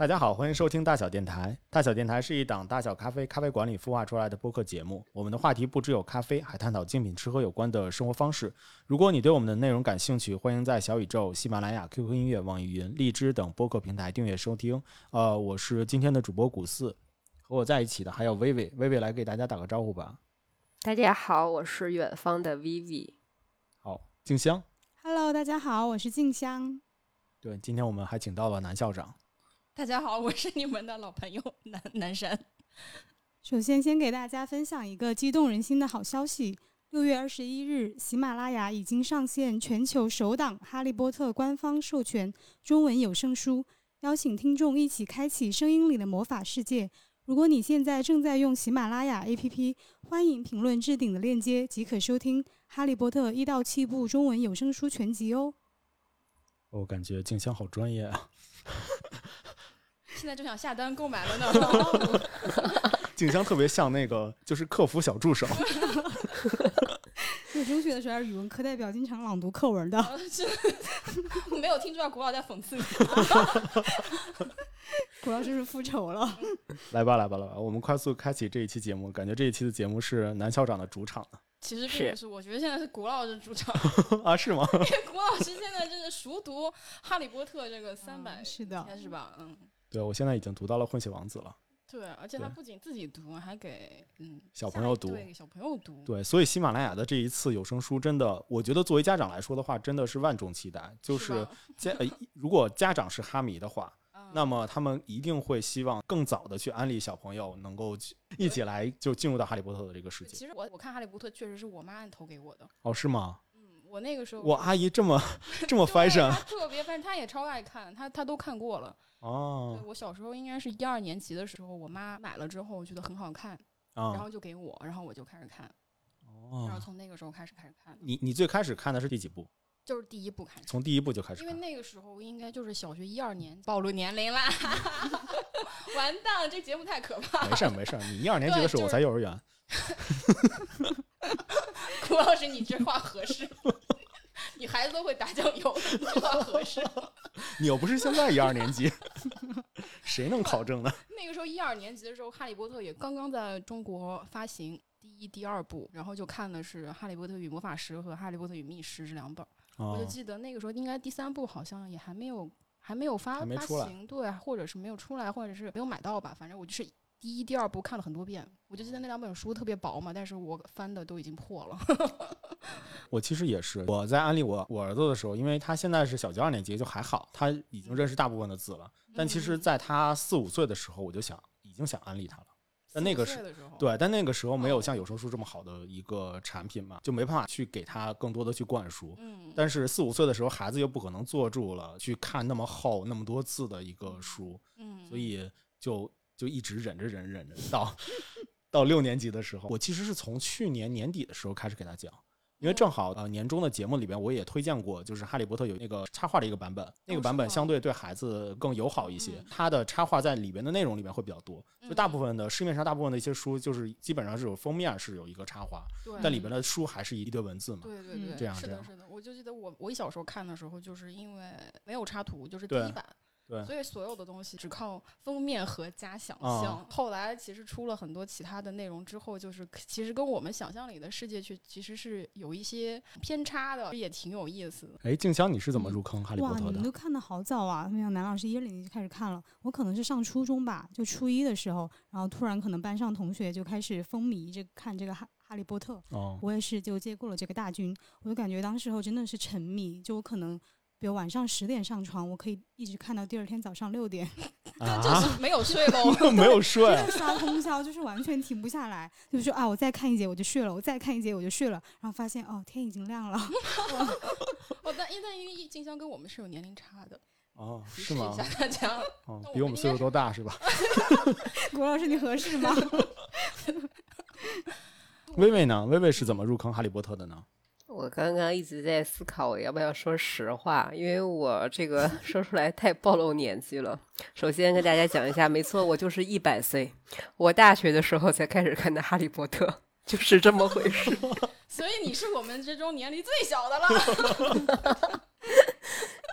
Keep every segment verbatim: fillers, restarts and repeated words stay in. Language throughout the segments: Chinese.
大家好，欢迎收听大小电台。大小电台是一档大小咖啡咖啡馆里孵化出来的播客节目，我们的话题不只有咖啡，还探讨精品吃喝有关的生活方式。如果你对我们的内容感兴趣，欢迎在小宇宙、喜马拉雅、Q Q 音乐、网易云、荔枝等播客平台订阅收听。呃，我是今天的主播古四，和我在一起的还有薇薇，薇薇来给大家打个招呼吧。 大家好，我是远方的 Vivi。 好，静香。 Hello， 大家好，我是静香。 对，今天我们还请到了南校长。 大家好，我是你们的老朋友南南山。 首先先给大家分享一个激动人心的好消息，六月二十一日，喜马拉雅已经上线全球首档哈利波特官方授权中文有声书，邀请听众一起开启声音里的魔法世界。如果你现在正在用喜马拉雅 A P P， 欢迎评论置顶的链接即可收听哈利波特一到七部中文有声书全集哦。 我感觉静香好专业啊。 现在就想下单购买了呢。 静香特别像那个就是客服小助手。 我中学的时候还是语文课代表，经常朗读课文的。 我没有听出来古老在讽刺你。 古老师是复仇了。 来吧来吧来吧，我们快速开启这一期节目。感觉这一期的节目是南校长的主场了。 其实并不是，我觉得现在是古老师主场。 啊，是吗？ 因为古老师现在就是熟读《哈利波特》这个三百、 嗯，是的， 是吧？嗯， 对，我现在已经读到了混血王子了。 对，而且他不仅自己读，还给嗯小朋友读， 对，给小朋友读。 对，所以喜马拉雅的这一次有声书，真的，我觉得作为家长来说的话，真的是万众期待。就是家、呃、如果家长是哈迷的话。那么他们一定会希望更早的去安利小朋友，能够一起来就进入到哈利波特的这个世界。 其实我我看哈利波特确实是我妈按头给我的。 哦，是吗？ 嗯，我那个时候我阿姨这么这么 fashion， 她特别 fashion， 她也超爱看，她她都看过了。 哦， 对，我小时候应该是一二年级的时候，我妈买了之后，我觉得很好看， 哦、 然后就给我，然后我就开始看。哦，然后从那个时候开始开始看。 你你最开始看的是第几部？ 就是第一部开始， 从第一部就开始看， 因为那个时候应该就是小学一二年，暴露年龄啦。完蛋了，这节目太可怕了。 没事没事，你一二年级的时候我才幼儿园。 顾老师，你这话合适？你孩子都会打酱油，你这话合适？ 你又不是现在一二年级，谁能考证呢？ 那个时候一二年级的时候，《哈利波特》也刚刚在中国发行第一、第二部，然后就看的是《哈利波特与魔法石》和《哈利波特与密室》这两本。哦、我就记得那个时候应该第三部好像也还没有还没有发发行，对，或者是没有出来，或者是没有买到吧。反正我就是第一、第二部看了很多遍。我就记得那两本书特别薄嘛，但是我翻的都已经破了。 我其实也是，我在安利我我儿子的时候，因为他现在是小学二年级，就还好，他已经认识大部分的字了。但其实在他四五岁的时候，我就想已经想安利他了。但那个时候，对，但那个时候没有像有声书这么好的一个产品嘛，就没办法去给他更多的去灌输。嗯，但是四五岁的时候，孩子又不可能坐住了去看那么厚、那么多字的一个书，嗯，所以就就一直忍着忍着忍着，到到六年级的时候，我其实是从去年年底的时候开始给他讲。因为正好呃年终的节目里边我也推荐过，就是哈利波特有那个插画的一个版本，那个版本相对对孩子更友好一些，它的插画在里边的内容里面会比较多。就大部分的市面上大部分的一些书，就是基本上是有封面是有一个插画，但里边的书还是一堆文字嘛。 对对对， 这样是的，是的。我就记得我我小时候看的时候，就是因为没有插图，就是第一版。 对， 所以所有的东西只靠封面和加想象、嗯、后来其实出了很多其他的内容之后，就是其实跟我们想象里的世界去其实是有一些偏差的，也挺有意思的。 哎，静香你是怎么入坑哈利波特的？ 哇，你们都看得好早啊！像南老师一二年级就开始看了，我可能是上初中吧，就初一的时候，然后突然可能班上同学就开始风靡这看这个哈哈利波特、哦、我也是就接过了这个大军，我就感觉当时候真的是沉迷，就我可能比如晚上十点上床，我可以一直看到第二天早上六点， 啊、就是没有睡喽， 没有睡， 就是刷通宵，就是完全停不下来。就是说啊，我再看一节我就睡了，我再看一节我就睡了，然后发现哦，天已经亮了。 哦，但因为因为静香跟我们是有年龄差的。 哦，是吗？ 大家、 哦、比我们岁数都大是吧？ 郭老师，你合适吗？ 薇薇呢？薇薇是怎么入坑哈利波特的呢？ 我刚刚一直在思考我要不要说实话，因为我这个说出来太暴露年纪了。首先跟大家讲一下，没错，我就是一百岁，我大学的时候才开始看的哈利波特，就是这么回事。 所以你是我们之中年龄最小的了。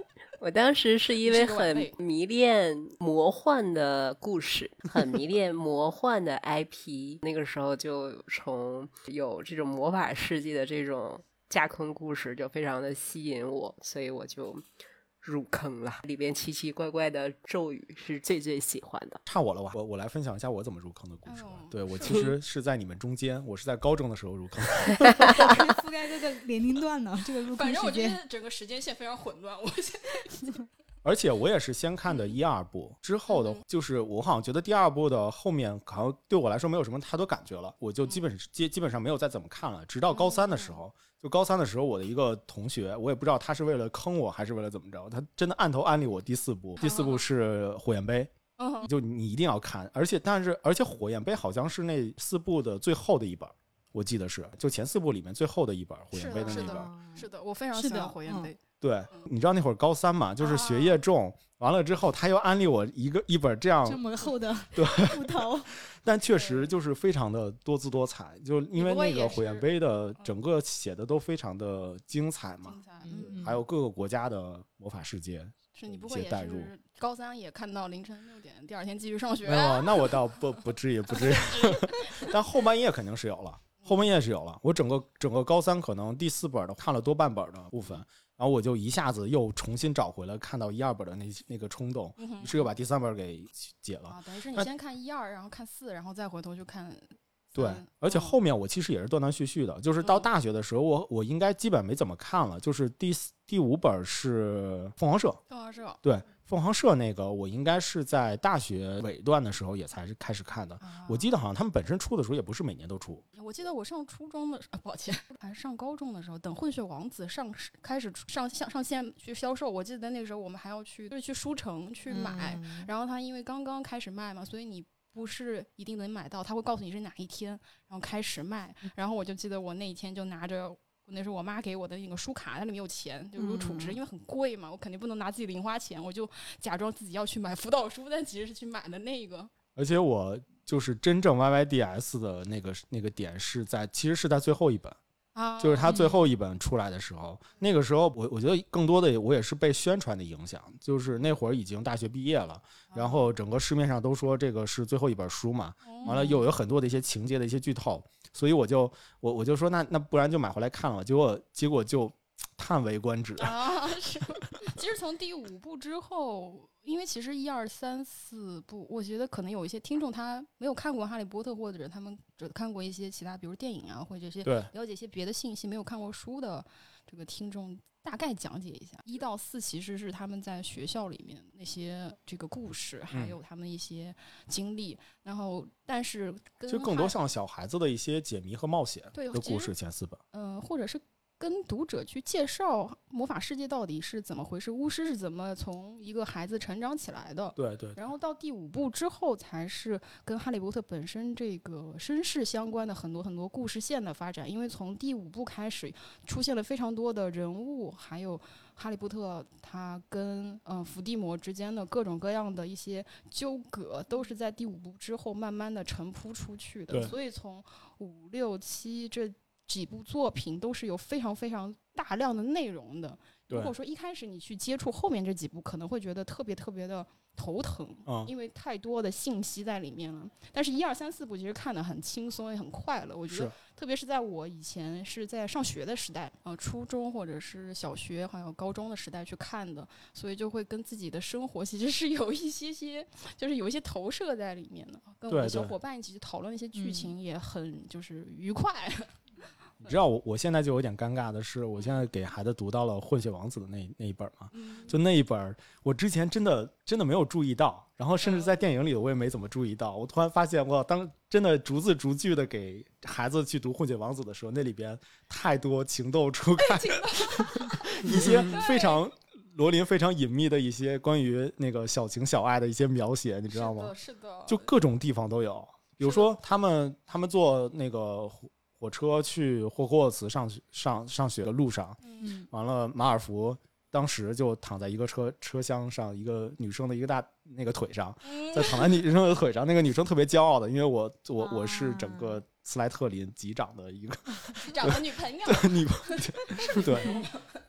我当时是因为很迷恋魔幻的故事，很迷恋魔幻的 I P 那个时候就从有这种魔法世界的这种架空故事就非常的吸引我，所以我就入坑了，里边奇奇怪怪的咒语是最最喜欢的。 差我了，我我来分享一下我怎么入坑的故事吧。 哦、 对，我其实是在你们中间，我是在高中的时候入坑。 覆盖这个年龄段呢，这个入坑时间。 反正我觉得整个时间线非常混乱，我现在。 而且我也是先看的一二部，之后的就是我好像觉得第二部的后面好像对我来说没有什么太多感觉了，我就基本基基本上没有再怎么看了，直到高三的时候。就高三的时候，我的一个同学，我也不知道他是为了坑我还是为了怎么着，他真的按头安利我第四部，第四部是火焰杯，就你一定要看，而且但是而且火焰杯好像是那四部的最后的一本，我记得是就前四部里面最后的一本火焰杯的那本。 是的，是的，我非常喜欢火焰杯。 对，你知道那会儿高三嘛，就是学业重，啊、完了之后他又安利我一个一本这样这么厚的对斧头， 但确实就是非常的多姿多彩，就因为那个火焰杯的整个写的都非常的精彩嘛， 精彩嗯、 还有各个国家的魔法世界， 是你不会也是高三也看到凌晨六点，第二天继续上学、 啊？没有，那我倒不不至于不至于，但后半夜肯定是有了。后半夜是有了，我整个整个高三可能第四本的看了多半本的部分，然后我就一下子又重新找回了看到一二本的那那个冲动，于、嗯、是又把第三本给解了。 啊，等于是你先看一二，然后看四，然后再回头去看。 对，而且后面我其实也是断断续续的，就是到大学的时候，我我应该基本没怎么看了，就是第第五本是凤凰社， 凤凰社， 对。凤凰社那个，我应该是在大学尾段的时候也才是开始看的。啊、我记得好像他们本身出的时候也不是每年都出。 我记得我上初中的，啊、抱歉，还是上高中的时候，等《混血王子上》开始上上上线去销售，我记得那个时候我们还要去就是去书城去买，嗯、然后他因为刚刚开始卖嘛，所以你不是一定能买到，他会告诉你是哪一天，然后开始卖。然后我就记得我那一天就拿着。那是我妈给我的那个书卡，它里面有钱，就是有储值，因为很贵嘛，我肯定不能拿自己零花钱，我就假装自己要去买辅导书，但其实是去买的那个。 而且我就是真正 Y Y D S 的那个那个点是在，其实是在最后一本。啊、就是他最后一本出来的时候，嗯、那个时候我我觉得更多的我也是被宣传的影响，就是那会儿已经大学毕业了，啊、然后整个市面上都说这个是最后一本书嘛，嗯、完了又有很多的一些情节的一些剧透，所以我就我我就说那那不然就买回来看了，结果结果就叹为观止啊！是，其实从第五部之后。因为其实一二三四部，我觉得可能有一些听众他没有看过《哈利波特》，或者他们只看过一些其他，比如电影啊，或者一些了解一些别的信息，没有看过书的这个听众，大概讲解一下。一到四其实是他们在学校里面那些这个故事，还有他们一些经历，嗯、然后但是跟就更多像小孩子的一些解谜和冒险的故事。前四本， 嗯、呃，或者是。跟读者去介绍魔法世界到底是怎么回事，巫师是怎么从一个孩子成长起来的。 对 对, 对。 然后到第五部之后，才是跟哈利波特本身这个身世相关的很多很多故事线的发展。因为从第五部开始，出现了非常多的人物，还有哈利波特他跟嗯伏地魔之间的各种各样的一些纠葛，都是在第五部之后慢慢的呈铺出去的。所以从五六七这。几部作品都是有非常非常大量的内容的。如果说一开始你去接触后面这几部，可能会觉得特别特别的头疼，嗯、因为太多的信息在里面了。但是一二三四部其实看得很轻松，也很快乐。我觉得，特别是在我以前是在上学的时代，呃，初中或者是小学还有高中的时代去看的，所以就会跟自己的生活其实是有一些些，就是有一些投射在里面的。跟我的小伙伴一起去讨论一些剧情，也很就是愉快。 你知道我我现在就有点尴尬的是，我现在给孩子读到了《混血王子》的那那一本嘛，就那一本，我之前真的真的没有注意到，然后甚至在电影里我也没怎么注意到。我突然发现，我当真的逐字逐句的给孩子去读《混血王子》的时候，那里边太多情窦初开，一些非常罗琳非常隐秘的一些关于那个小情小爱的一些描写，你知道吗？ 是的，是的， 就各种地方都有。比如说他们他们坐那个火车去霍格沃茨上上上学的路上，嗯，完了马尔福当时就躺在一个车车厢上，一个女生的一个大那个腿上，在躺在女生的腿上，那个女生特别骄傲的，因为我我我是整个斯莱特林级长的一个级长的女朋友， 对女朋友，对。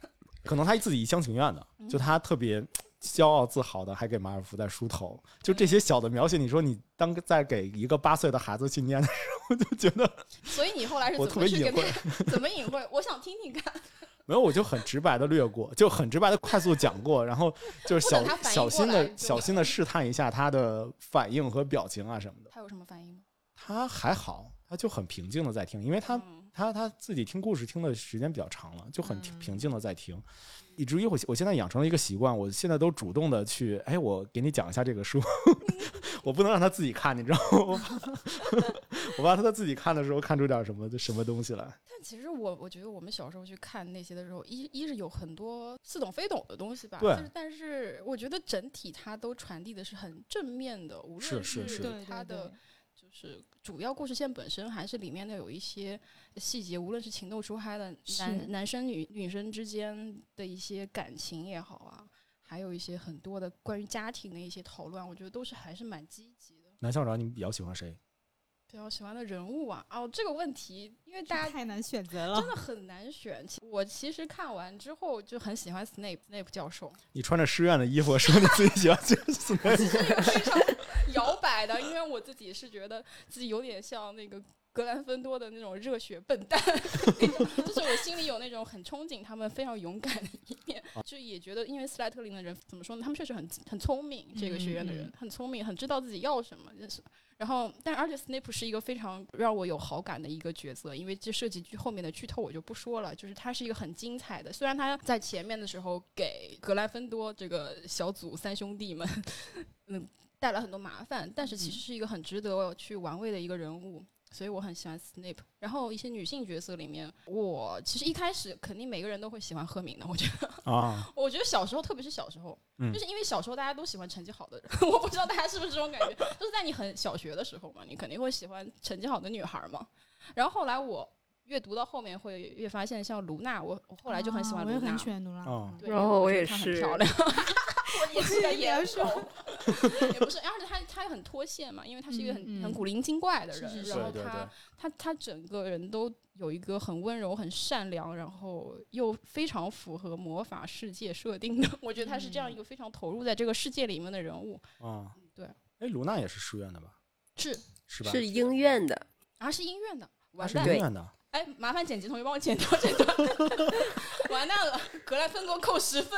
可能他自己一厢情愿的，就他特别骄傲自豪的还给马尔福在梳头，就这些小的描写，你说你当在给一个八岁的孩子去念的时候，就觉得， 所以你后来是我怎么去给特别隐晦他怎么隐晦？我想听听看。 没有，我就很直白的略过，就很直白的快速讲过，然后就是小不等他反应小心过来就的小心的试探一下他的反应和表情啊什么的。 他有什么反应吗？ 他还好，他就很平静的在听，因为他、 嗯、 他他自己听故事听的时间比较长了，就很嗯平静的在听，以至于我我现在养成了一个习惯，我现在都主动的去，哎，我给你讲一下这个书，我不能让他自己看，你知道吗？我怕他自己看的时候看出点什么什么东西来。 但其实我我觉得我们小时候去看那些的时候，一一是有很多似懂非懂的东西吧， 对， 就是但是我觉得整体它都传递的是很正面的，无论是是是它的就是主要故事线本身，还是里面的有一些细节，无论是情窦初开的男男生女女生之间的一些感情也好啊，还有一些很多的关于家庭的一些讨论，我觉得都是还是蛮积极的。 南校长，你比较喜欢谁？ 比较喜欢的人物啊，哦，这个问题，因为大家太难选择了， 真的很难选。我其实看完之后就很喜欢 Snape Snape 教授。 你穿着师院的衣服说你自己喜欢 Snape， 是非常摇摆的，因为我自己是觉得自己有点像那个格兰芬多的那种热血笨蛋，就是我心里有那种很憧憬他们非常勇敢的一面，就也觉得因为斯莱特林的人怎么说呢，他们确实很很聪明，这个学院的人、嗯、很聪明，很知道自己要什么，就是。然后，但而且 Snape 是一个非常让我有好感的一个角色，因为这涉及剧后面的剧透我就不说了，就是他是一个很精彩的，虽然他在前面的时候给格兰芬多这个小组三兄弟们嗯带来很多麻烦，但是其实是一个很值得去玩味的一个人物，所以我很喜欢 Snape。 然后一些女性角色里面，我其实一开始肯定每个人都会喜欢赫敏的，我觉得啊，我觉得小时候，特别是小时候、嗯、就是因为小时候大家都喜欢成绩好的人，我不知道大家是不是这种感觉，就是在你很小学的时候嘛，你肯定会喜欢成绩好的女孩嘛。然后后来我越读到后面会越发现，像卢娜，我我后来就很喜欢卢娜、啊、 我也很喜欢卢娜、 哦、 然后我也是， 很漂亮我也是个颜手也不是，而且他他很脱线嘛，因为他是一个很、嗯、很古灵精怪的人， 是是是然后他对对对他他整个人都有一个很温柔、很善良，然后又非常符合魔法世界设定的。我觉得他是这样一个非常投入在这个世界里面的人物。 啊、 嗯，对。 哎，卢娜也是师院的吧？ 是是吧？ 是英院的啊，是英院的。完蛋，是英院的。 哎，麻烦剪辑同学帮我剪掉这段。完蛋了，格莱芬多扣十分。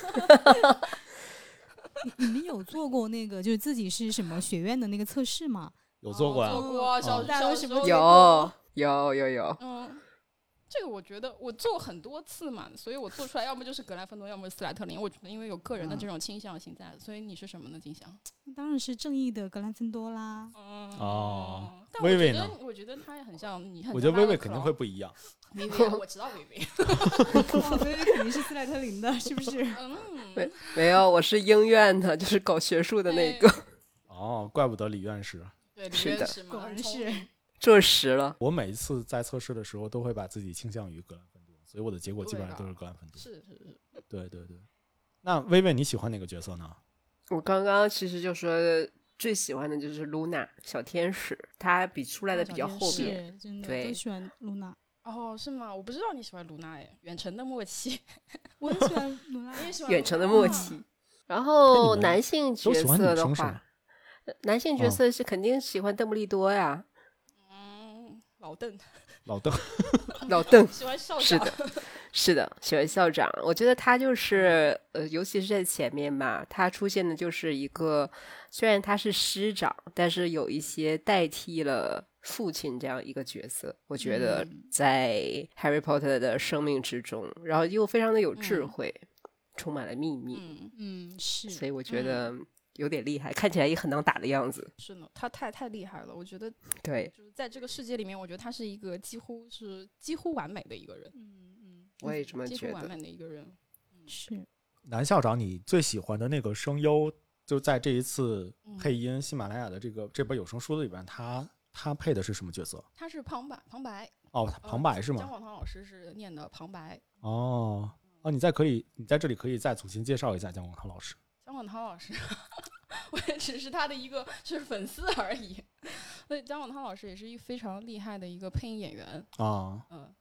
你们有做过那个就是自己是什么学院的那个测试吗？ 有做过呀、啊， 做过，小大家都什么有有有有， 嗯，这个我觉得我做很多次嘛，所以我做出来要么就是格兰芬多，要么是斯莱特林。我觉得因为有个人的这种倾向性在，嗯、所以你是什么呢？金香？ 当然是正义的格兰芬多啦。 嗯、 哦， 但我觉得我觉得他也很像你很像， 我觉得薇薇肯定会不一样。 薇薇，我知道薇薇， 薇薇肯定是斯莱特林的，是不是？ 嗯， 没没有，我是英院的，就是搞学术的那个。 哦，怪不得李院士。 对，李院士嘛， 果然是坐实了。 我每一次在测试的时候，都会把自己倾向于格兰芬多，所以我的结果基本上都是格兰芬多。 是是是， 对对对。那薇薇，你喜欢哪个角色呢？ 我刚刚其实就说最喜欢的就是露娜小天使，她比出来的比较后面， 真的对， 都喜欢露娜。 哦，是吗？我不知道你喜欢露娜哎，远程的默契。 我也喜欢露娜， 我也喜欢远程的默契。然后男性角色的话，男性角色是肯定喜欢邓布利多呀。 嗯，老邓。 老邓。 老邓。 喜欢校长。 是的，是的，喜欢校长。我觉得他就是呃，尤其是在前面吧，他出现的就是一个，虽然他是师长，但是有一些代替了父亲这样一个角色。我觉得在 Harry Potter 的生命之中，然后又非常的有智慧，嗯、充满了秘密。 嗯嗯，是。 所以我觉得有点厉害，看起来也很能打的样子。 是呢，他太太厉害了，我觉得。 对， 就是在这个世界里面，我觉得他是一个几乎是几乎完美的一个人。 嗯嗯， 我也这么觉得。 几乎完美的一个人。 嗯、是。 南校长，你最喜欢的那个声优，就在这一次配音喜马拉雅的这个、嗯、这本有声书里边，他他配的是什么角色？ 他是旁白，旁白。 哦，旁白是吗？ 姜广涛老师是念的旁白。 哦哦，你在可以，你在这里可以再重新介绍一下姜广涛老师。 姜广涛老师，我也只是他的一个就是粉丝而已。所以姜广涛老师也是一个非常厉害的一个配音演员啊。 嗯，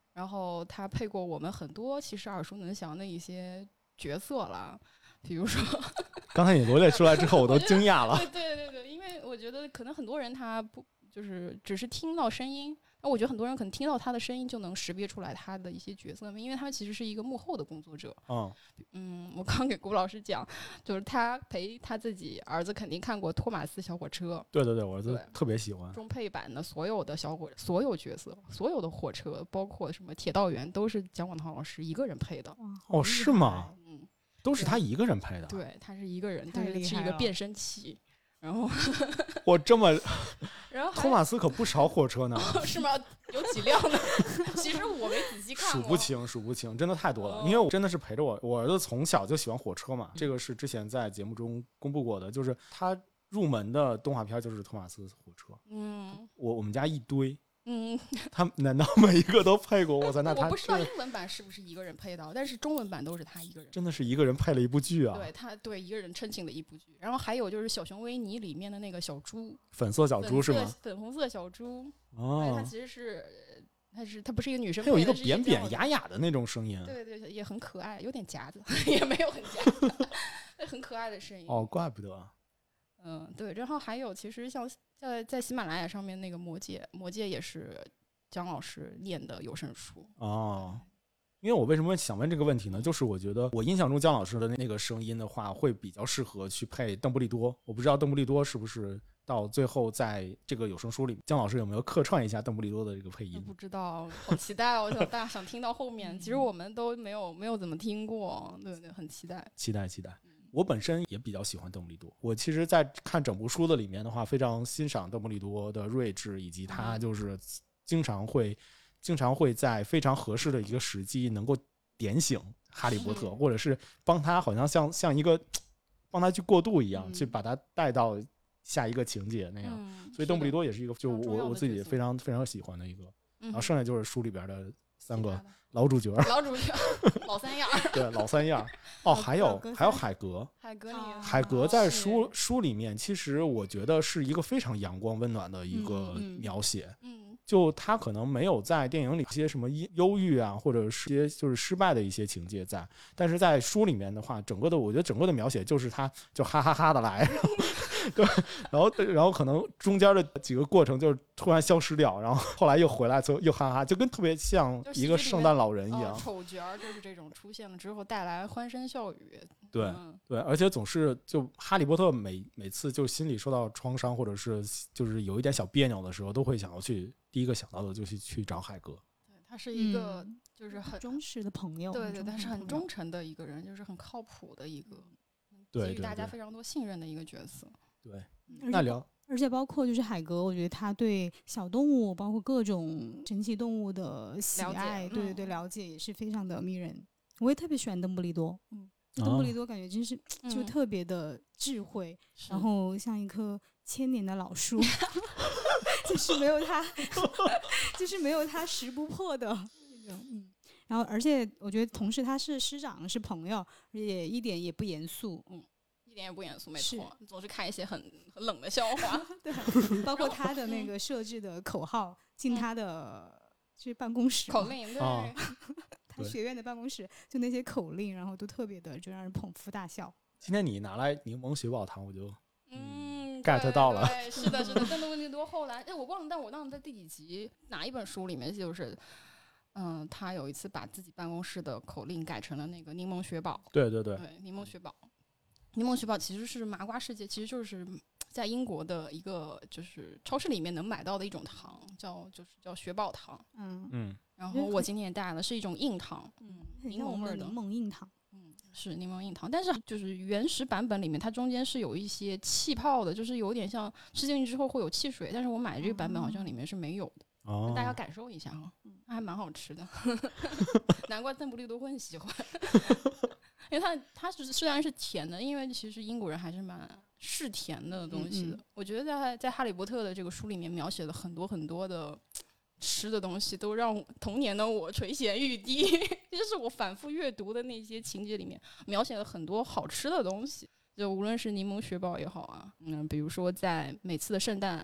然后他配过我们很多其实耳熟能详的一些角色了，比如说刚才你罗列出来之后我都惊讶了。 对对对对，因为我觉得可能很多人他不就是只是听到声音，那我觉得很多人可能听到他的声音就能识别出来他的一些角色，因为他其实是一个幕后的工作者。 嗯嗯，我刚给顾老师讲，就是他陪他自己儿子肯定看过《托马斯小火车》， 对对对，我儿子特别喜欢中配版的所有的小火所有角色，所有的火车，包括什么铁道员，都是姜广涛老师一个人配的。 哦，是吗？ 嗯， 都是他一个人配的。 对，他是一个人， 太厉害了， 是一个变声器。然后我这么， 然后托马斯可不少火车呢。 哦、是吗？有几辆呢？其实我没仔细看过， 数不清，数不清，真的太多了。哦、因为我真的是陪着我，我儿子从小就喜欢火车嘛，这个是之前在节目中公布过的，就是他入门的动画片就是托马斯火车。嗯，我我们家一堆。嗯，他难道每一个都配过？我操，那他我不知道英文版是不是一个人配的，但是中文版都是他一个人， 真的是一个人配了一部剧啊！ 对他对一个人撑起了一部剧。然后还有就是小熊维尼里面的那个小猪， 粉色小猪是吗？ 粉红色小猪哦， 它其实是它是它不是一个女生， 它有一个扁扁哑哑的那种声音， 对对，也很可爱，有点夹子，也没有很夹，很可爱的声音。 哦，怪不得。 嗯，对，然后还有其实像在在喜马拉雅上面那个魔戒，魔戒也是姜老师念的有声书哦。因为我为什么想问这个问题呢？就是我觉得我印象中姜老师的那个声音的话，会比较适合去配邓布利多。我不知道邓布利多是不是到最后在这个有声书里，姜老师有没有客串一下邓布利多的这个配音？ 不知道，好期待哦！大家想听到后面，其实我们都没有没有怎么听过，对对，很期待， 期待期待。我本身也比较喜欢邓布利多，我其实在看整部书的里面的话，非常欣赏邓布利多的睿智，以及他就是经常会经常会在非常合适的一个时机能够点醒哈利波特，或者是帮他好像像像一个帮他去过渡一样，嗯、去把他带到下一个情节那样。嗯、所以邓布利多也是一个就我我自己非常非常喜欢的一个，嗯、然后剩下就是书里边的三个老主角， 老主角，老三样， 对，老三样。哦，还有还有海格， 海格， 海格在书书里面，其实我觉得是一个非常阳光温暖的一个描写。嗯，就他可能没有在电影里一些什么忧郁啊，或者是一些就是失败的一些情节在，但是在书里面的话，整个的我觉得整个的描写就是他就哈哈哈的来。对，然后然后可能中间的几个过程就是突然消失掉，然后后来又回来，又哈哈，就跟特别像一个圣诞老人一样。 丑角就是这种出现了之后带来欢声笑语。 对、嗯、对，而且总是就哈利波特每每次就心里受到创伤，或者是就是有一点小别扭的时候，都会想要去第一个想到的就是去找海格。 对，他是一个就是很忠实的朋友。 对对，他是很忠诚的一个人，就是很靠谱的一个，给予大家非常多信任的一个角色。 对，那聊， 而且包括就是海格，我觉得他对小动物，包括各种神奇动物的喜爱，对对对，了解也是非常的迷人。我也特别喜欢邓布利多，嗯，邓布利多感觉真是就特别的智慧，嗯、然后像一棵千年的老树，就是没有他，就是没有他识不破的那种，嗯。然后，而且我觉得同时他是师长，是朋友，也一点也不严肃，嗯。 一点也不严肃，没错，总是看一些很很冷的笑话。 对，包括他的那个设置的口号，进他的就是办公室口令，对， 哦、 他学院的办公室就那些口令，然后都特别的就让人捧腹大笑。 今天你拿来柠檬雪宝糖，我就嗯 get 到了。 对，是的，是的。邓布利多后来，哎，我忘了，但我忘了在第几集哪一本书里面，就是。嗯，他有一次把自己办公室的口令改成了那个柠檬雪宝。 对对对， 对，柠檬雪宝。柠檬雪宝其实是麻瓜世界，其实就是在英国的一个就是超市里面能买到的一种糖，叫就是叫雪宝糖。嗯嗯。然后我今天也带来了，是一种硬糖，嗯，柠檬味的柠檬硬糖。 嗯，是柠檬硬糖，但是就是原始版本里面，它中间是有一些气泡的，就是有点像吃进去之后会有汽水，但是我买的这个版本好像里面是没有的。哦，大家感受一下哈，嗯，还蛮好吃的，难怪邓布利多会很喜欢，因为它它是虽然是甜的，因为其实英国人还是蛮嗜甜的东西的。嗯嗯，我觉得在在哈利波特的这个书里面描写了很多很多的吃的东西，都让童年的我垂涎欲滴。就是我反复阅读的那些情节里面，描写了很多好吃的东西，就无论是柠檬雪宝也好啊，嗯，比如说在每次的圣诞。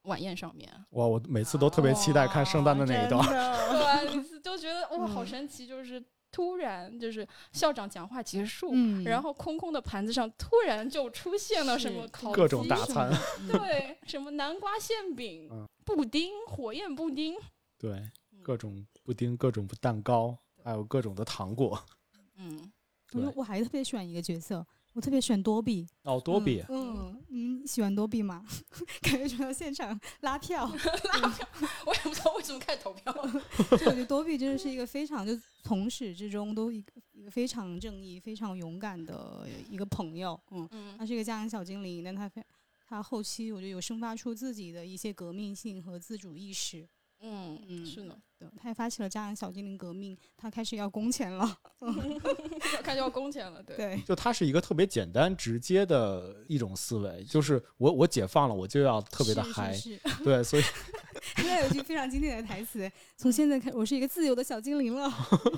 晚宴上面。 哇，我每次都特别期待看圣诞的那一段。 对，就觉得哇，好神奇，就是突然就是校长讲话结束， 嗯、 然后空空的盘子上突然就出现了什么烤鸡各种大餐， 对，什么南瓜馅饼、嗯、布丁、火焰布丁， 对，各种布丁、各种蛋糕，还有各种的糖果。 嗯， 我我还特别喜欢一个角色，我特别喜欢多比。 哦，多比， 嗯嗯，喜欢多比吗？感觉传到现场拉票， 拉票，我也不知道为什么开始投票。 就我觉得多比真的是一个非常，就从始至终都一个一个非常正义、非常勇敢的一个朋友。嗯嗯，他是一个家养小精灵，但他非他后期我觉得有生发出自己的一些革命性和自主意识。 嗯嗯，是呢， 对，他也发起了家养小精灵革命，他开始要工钱了， 开始要工钱了，对， 对， 就他是一个特别简单直接的一种思维，就是我我解放了，我就要特别的嗨，对，所以现在有一句非常经典的台词：从现在开始，我是一个自由的小精灵了。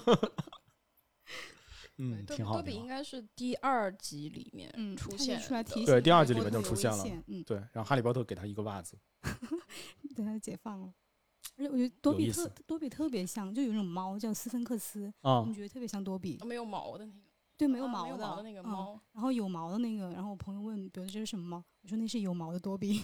嗯，挺好的。 多比应该是第二集里面出现、嗯、 出来提醒， 对，第二集里面就出现了， 嗯， 对，然后哈利波特给他一个袜子， 对，他解放了。而且我觉得多比特多比特别像，就有一种猫叫斯芬克斯，啊、你觉得特别像多比， 没有毛的那个， 对，没有毛的、啊、 没有毛的那个猫、 嗯，然后有毛的那个，然后我朋友问，比如这是什么猫，我说那是有毛的多比。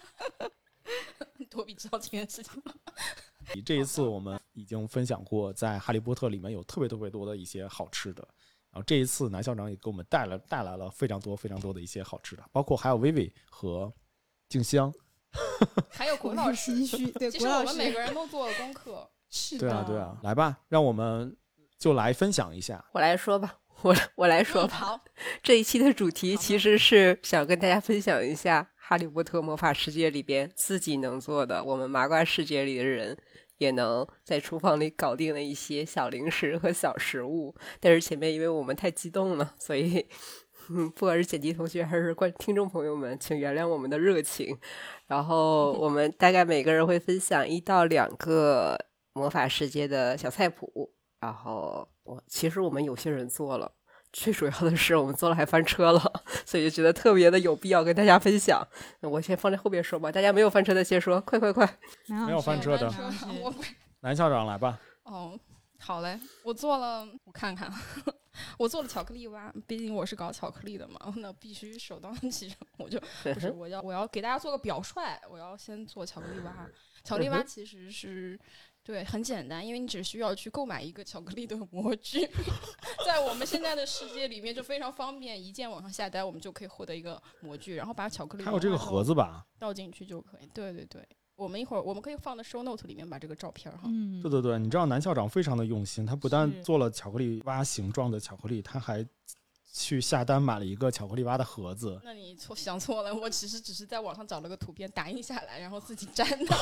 多比知道这件事情。 这一次我们已经分享过，在哈利波特里面有特别特别多的一些好吃的，然后这一次南校长也给我们带来带来了非常多非常多的一些好吃的，包括还有薇薇和静香。 还有国老师， 对， 其实我们每个人都做了功课。 是的， 对啊，对啊，来吧，让我们就来分享一下。 我来说吧，我我来说吧。 嗯、好， 这一期的主题其实是想跟大家分享一下《哈利波特魔法世界》里边自己能做的，我们麻瓜世界里的人也能在厨房里搞定的一些小零食和小食物。但是前面因为我们太激动了，所以。嗯，不管是剪辑同学还是观听众朋友们，请原谅我们的热情。然后我们大概每个人会分享一到两个魔法世界的小菜谱。然后我其实我们有些人做了，最主要的是我们做了还翻车了，所以就觉得特别的有必要跟大家分享。我先放在后边说吧，大家没有翻车的先说，快快快！ 没有翻车的， 我南校长来吧。 哦，好嘞，我做了，我看看。我做了巧克力蛙，毕竟我是搞巧克力的嘛，那必须首当其冲。我就不是我要我要给大家做个表率，我要先做巧克力蛙。巧克力蛙其实是对很简单，因为你只需要去购买一个巧克力的模具，在我们现在的世界里面就非常方便，一键网上下单，我们就可以获得一个模具，然后把巧克力还有这个盒子吧， 倒进去就可以。对对对。我们一会儿我们可以放在 show note 里面把这个照片哈。 嗯， 对对对，你知道南校长非常的用心，他不但做了巧克力蛙形状的巧克力，他还去下单买了一个巧克力蛙的盒子。 那你错想错了，我其实只是在网上找了个图片打印下来，然后自己粘的。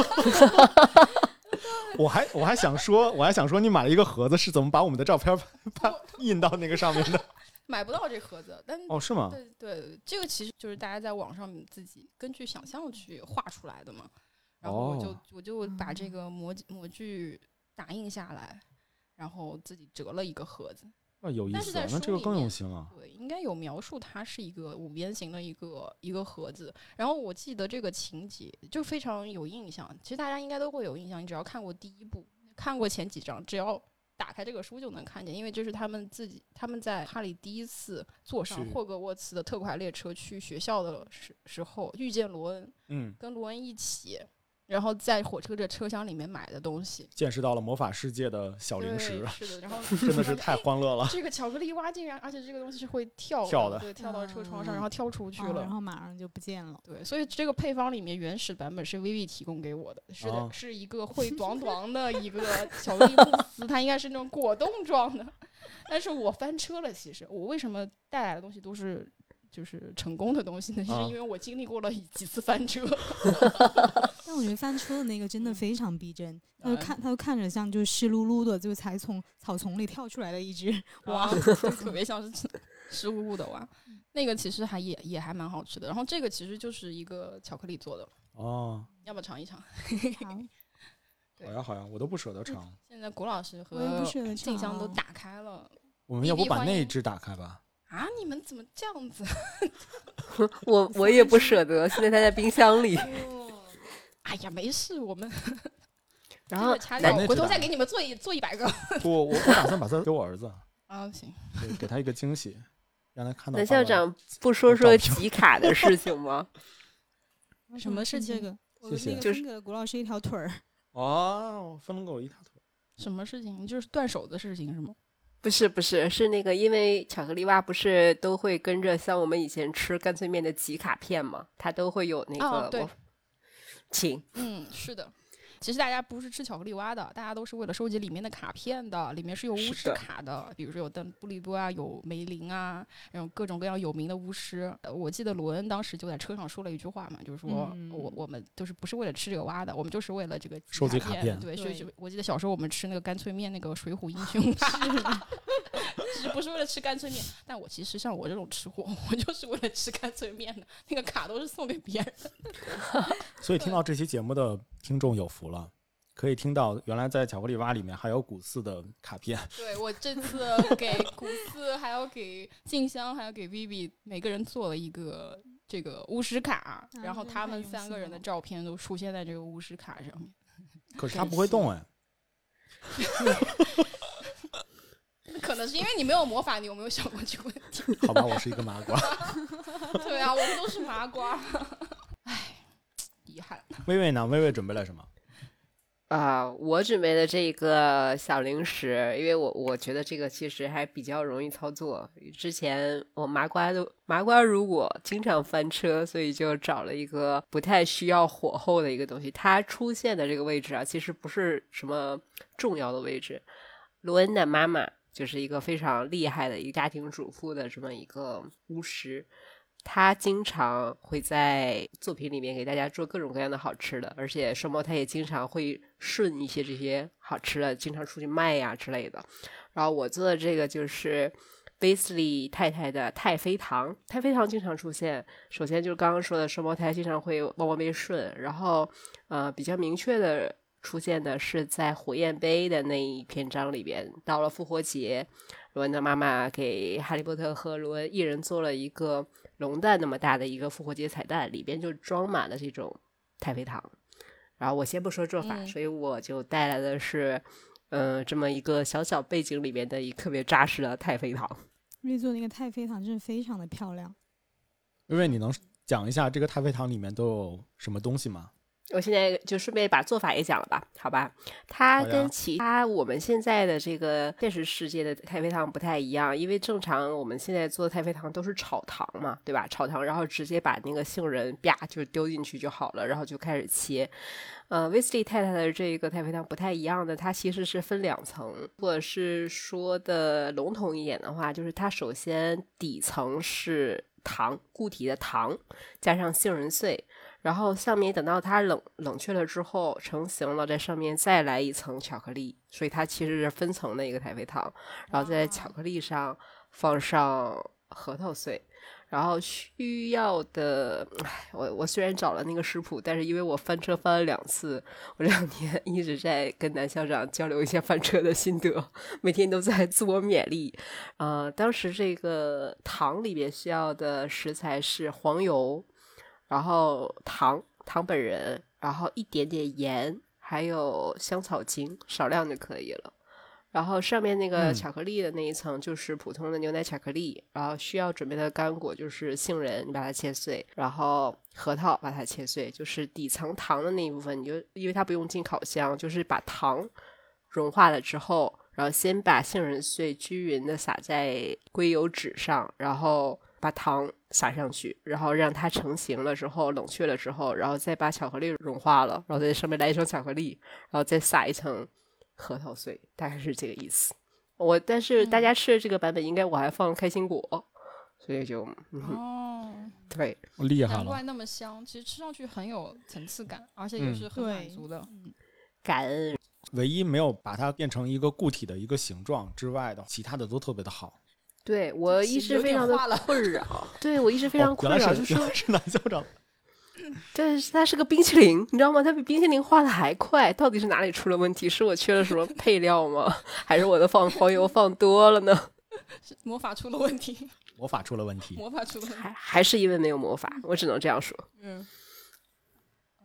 我还我还想说，我还想说，你买了一个盒子是怎么把我们的照片印到那个上面的？ 买不到这盒子，但哦是吗？ 对对，这个其实就是大家在网上自己根据想象去画出来的嘛。然后我就、哦、我就把这个模模具打印下来，然后自己折了一个盒子。 啊，有意思、啊，那这个更用心了。 对，应该有描述它是一个五边形的一个一个盒子。然后我记得这个情节就非常有印象，其实大家应该都会有印象，你只要看过第一部，看过前几章，只要打开这个书就能看见，因为这是他们自己他们在哈利第一次坐上霍格沃茨的特快列车去学校的时时候遇见罗恩， 嗯， 跟罗恩一起。然后在火车的车厢里面买的东西， 见识到了魔法世界的小零食， 是的，然后真的是太欢乐了。 这个巧克力蛙竟然，而且这个东西是会跳跳的， 对，跳到车窗上，嗯、然后跳出去了、 哦，然后马上就不见了。 对，所以这个配方里面原始版本是薇薇提供给我的，是的，哦、是一个会短短的一个巧克力慕斯，它应该是那种果冻状的，但是我翻车了。其实我为什么带来的东西都是？就是成功的东西呢，就是因为我经历过了几次翻车。 但我觉得翻车的那个真的非常逼真，他就看他就看着像就是湿漉漉的，就才从草丛里跳出来的一只蛙， 就特别像是湿乎乎的蛙。那个其实还也也还蛮好吃的。然后这个其实就是一个巧克力做的哦， 要不要尝一尝？ 好呀好呀，我都不舍得尝。 现在谷老师和静香都打开了， 我们要不把那一只打开吧？ 啊！你们怎么这样子？ 我我也不舍得，现在它在冰箱里。 哎呀，没事，我们然后回头再给你们做一做一百个。 不，我我打算把它给我儿子啊，行， 给给他一个惊喜，让他看到。 南校长不说说集卡的事情吗？ 什么事情？ 这个谢谢。 就是给了谷老师一条腿儿。 哦，分了给我一条腿。 什么事情？就是断手的事情是吗？ 不是不是，是那个，因为巧克力蛙不是都会跟着像我们以前吃干脆面的集卡片嘛，它都会有那个。 哦、对， 请。 嗯，是的。其实大家不是吃巧克力蛙的，大家都是为了收集里面的卡片的，里面是有巫师卡的，比如说有邓布利多啊，有梅林啊，然后各种各样有名的巫师。我记得罗恩当时就在车上说了一句话嘛，就是说、嗯、我我们就是不是为了吃这个蛙的，我们就是为了这个收集卡片。 对，所以我记得小时候我们吃那个干脆面，那个水浒英雄卡。其实不是为了吃干脆面，但我其实像我这种吃货，我就是为了吃干脆面的，那个卡都是送给别人的。 所以听到这期节目的听众有福了，可以听到原来在巧克力蛙里面还有古四的卡片。 对，我这次给古四，还有给静香，还有给 Vivi 每个人做了一个这个巫师卡，然后他们三个人的照片都出现在这个巫师卡上面。 可是他不会动哎。 可能是因为你没有魔法，你有没有想过这个问题？ 好吧，我是一个麻瓜。 对啊，我们都是麻瓜。唉，遗憾。 薇薇呢？薇薇准备了什么？ 啊、呃，我准备的这个小零食，因为我我觉得这个其实还比较容易操作。之前我麻瓜都麻瓜如果经常翻车，所以就找了一个不太需要火候的一个东西。它出现的这个位置啊，其实不是什么重要的位置。罗恩的妈妈就是一个非常厉害的一个家庭主妇的这么一个巫师，他经常会在作品里面给大家做各种各样的好吃的，而且双胞胎也经常会顺一些这些好吃的，经常出去卖呀之类的。然后我做的这个就是威斯利太太的太妃糖，太妃糖经常出现。首先就是刚刚说的双胞胎经常会往往被顺，然后呃比较明确的出现的是在火焰杯的那一篇章里边，到了复活节，罗恩的妈妈给哈利波特和罗恩一人做了一个龙蛋那么大的一个复活节彩蛋，里边就装满了这种太妃糖。然后我先不说做法、嗯、所以我就带来的是嗯、呃，这么一个小小背景里面的一个特别扎实的太妃糖。 瑞做那个太妃糖真的非常的漂亮。 瑞瑞，你能讲一下这个太妃糖里面都有什么东西吗？ 我现在就顺便把做法也讲了吧，好吧？它跟其他我们现在的这个现实世界的太妃糖不太一样，因为正常我们现在做的太妃糖都是炒糖嘛，对吧？炒糖然后直接把那个杏仁啪就丢进去就好了，然后就开始切。呃，威斯利太太的这个太妃糖不太一样的，它其实是分两层。如果是说的笼统一点的话，就是它首先底层是糖，固体的糖加上杏仁碎。然后上面等到它冷冷却了之后成型了，在上面再来一层巧克力，所以它其实是分层的一个太妃糖。然后在巧克力上放上核桃碎，然后需要的，我我虽然找了那个食谱，但是因为我翻车翻了两次，我这两天一直在跟南校长交流一下翻车的心得，每天都在自我勉励。呃，当时这个糖里面需要的食材是黄油。然后糖糖本人，然后一点点盐，还有香草精，少量就可以了。然后上面那个巧克力的那一层就是普通的牛奶巧克力，嗯、然后需要准备的干果就是杏仁，你把它切碎，然后核桃把它切碎，就是底层糖的那一部分，你就因为它不用进烤箱，就是把糖融化了之后，然后先把杏仁碎均匀的撒在硅油纸上，然后把糖撒上去，然后让它成型了之后冷却了之后，然后再把巧克力融化了，然后在上面来一层巧克力，然后再撒一层核桃碎，大概是这个意思。我但是大家吃的这个版本应该我还放开心果，所以就、嗯、 哦， 对， 厉害了， 难怪那么香，其实吃上去很有层次感，而且也是很满足的、 嗯、 感恩。 唯一没有把它变成一个固体的一个形状之外的，其他的都特别的好。 对，我一直非常的困扰，对我一直非常困扰， 哦、 就是说是南校长， 对，它是个冰淇淋，你知道吗？它比冰淇淋化的还快，到底是哪里出了问题？是我缺了什么配料吗？还是我的放黄油放多了呢？ 是魔法出了问题， 魔法出了问题， 魔法出了问题， 还还是因为没有魔法，我只能这样说。 嗯，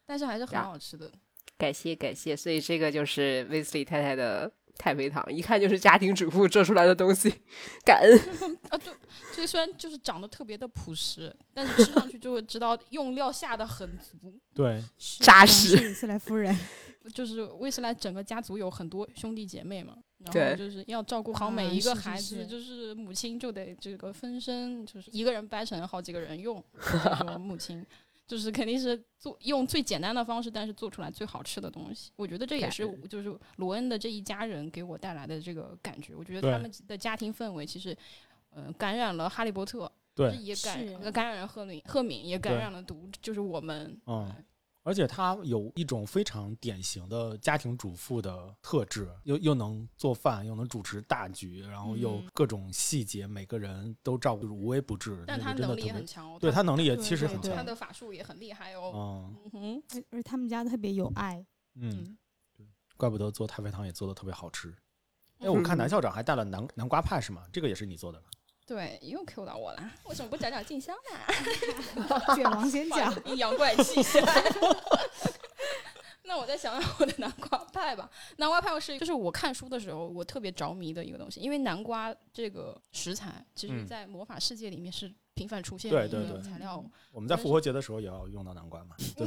但是还是很好吃的。 感谢感谢，所以这个就是威斯利太太的太妃糖，一看就是家庭主妇做出来的东西，感恩啊。对，这个虽然就是长得特别的朴实，但是吃上去就会知道用料下的很足， 对， 扎实。 威斯莱夫人就是威斯莱整个家族有很多兄弟姐妹嘛，然对后就是要照顾好每一个孩子， 啊、是是是就是母亲就得这个分身，就是一个人掰成好几个人用，说母亲。就是肯定是做用最简单的方式，但是做出来最好吃的东西。我觉得这也是就是罗恩的这一家人给我带来的这个感觉。我觉得他们的家庭氛围其实，呃，感染了哈利波特， 对， 也感感染了赫敏，赫敏也感染了读，就是我们。 嗯。而且他有一种非常典型的家庭主妇的特质，又又能做饭，又能主持大局，然后又各种细节，嗯、每个人都照顾无微不至。 但他能力也很强哦， 对他能力也其实很强， 他的法术也很厉害哦。 嗯, 嗯哼，而且他们家特别有爱。 嗯，对，怪不得做太妃糖也做的特别好吃。哎，我看南校长还带了南南瓜派是吗？这个也是你做的吧？ 对，又 Q 到我了，为什么不讲讲静香呢？ 卷王先讲， 阴阳怪气起来。那我再想想我的南瓜派吧。南瓜派是就是我看书的时候我特别着迷的一个东西，因为南瓜这个食材其实在魔法世界里面是频繁出现的一个材料。 嗯、我们在复活节的时候也要用到南瓜嘛。对。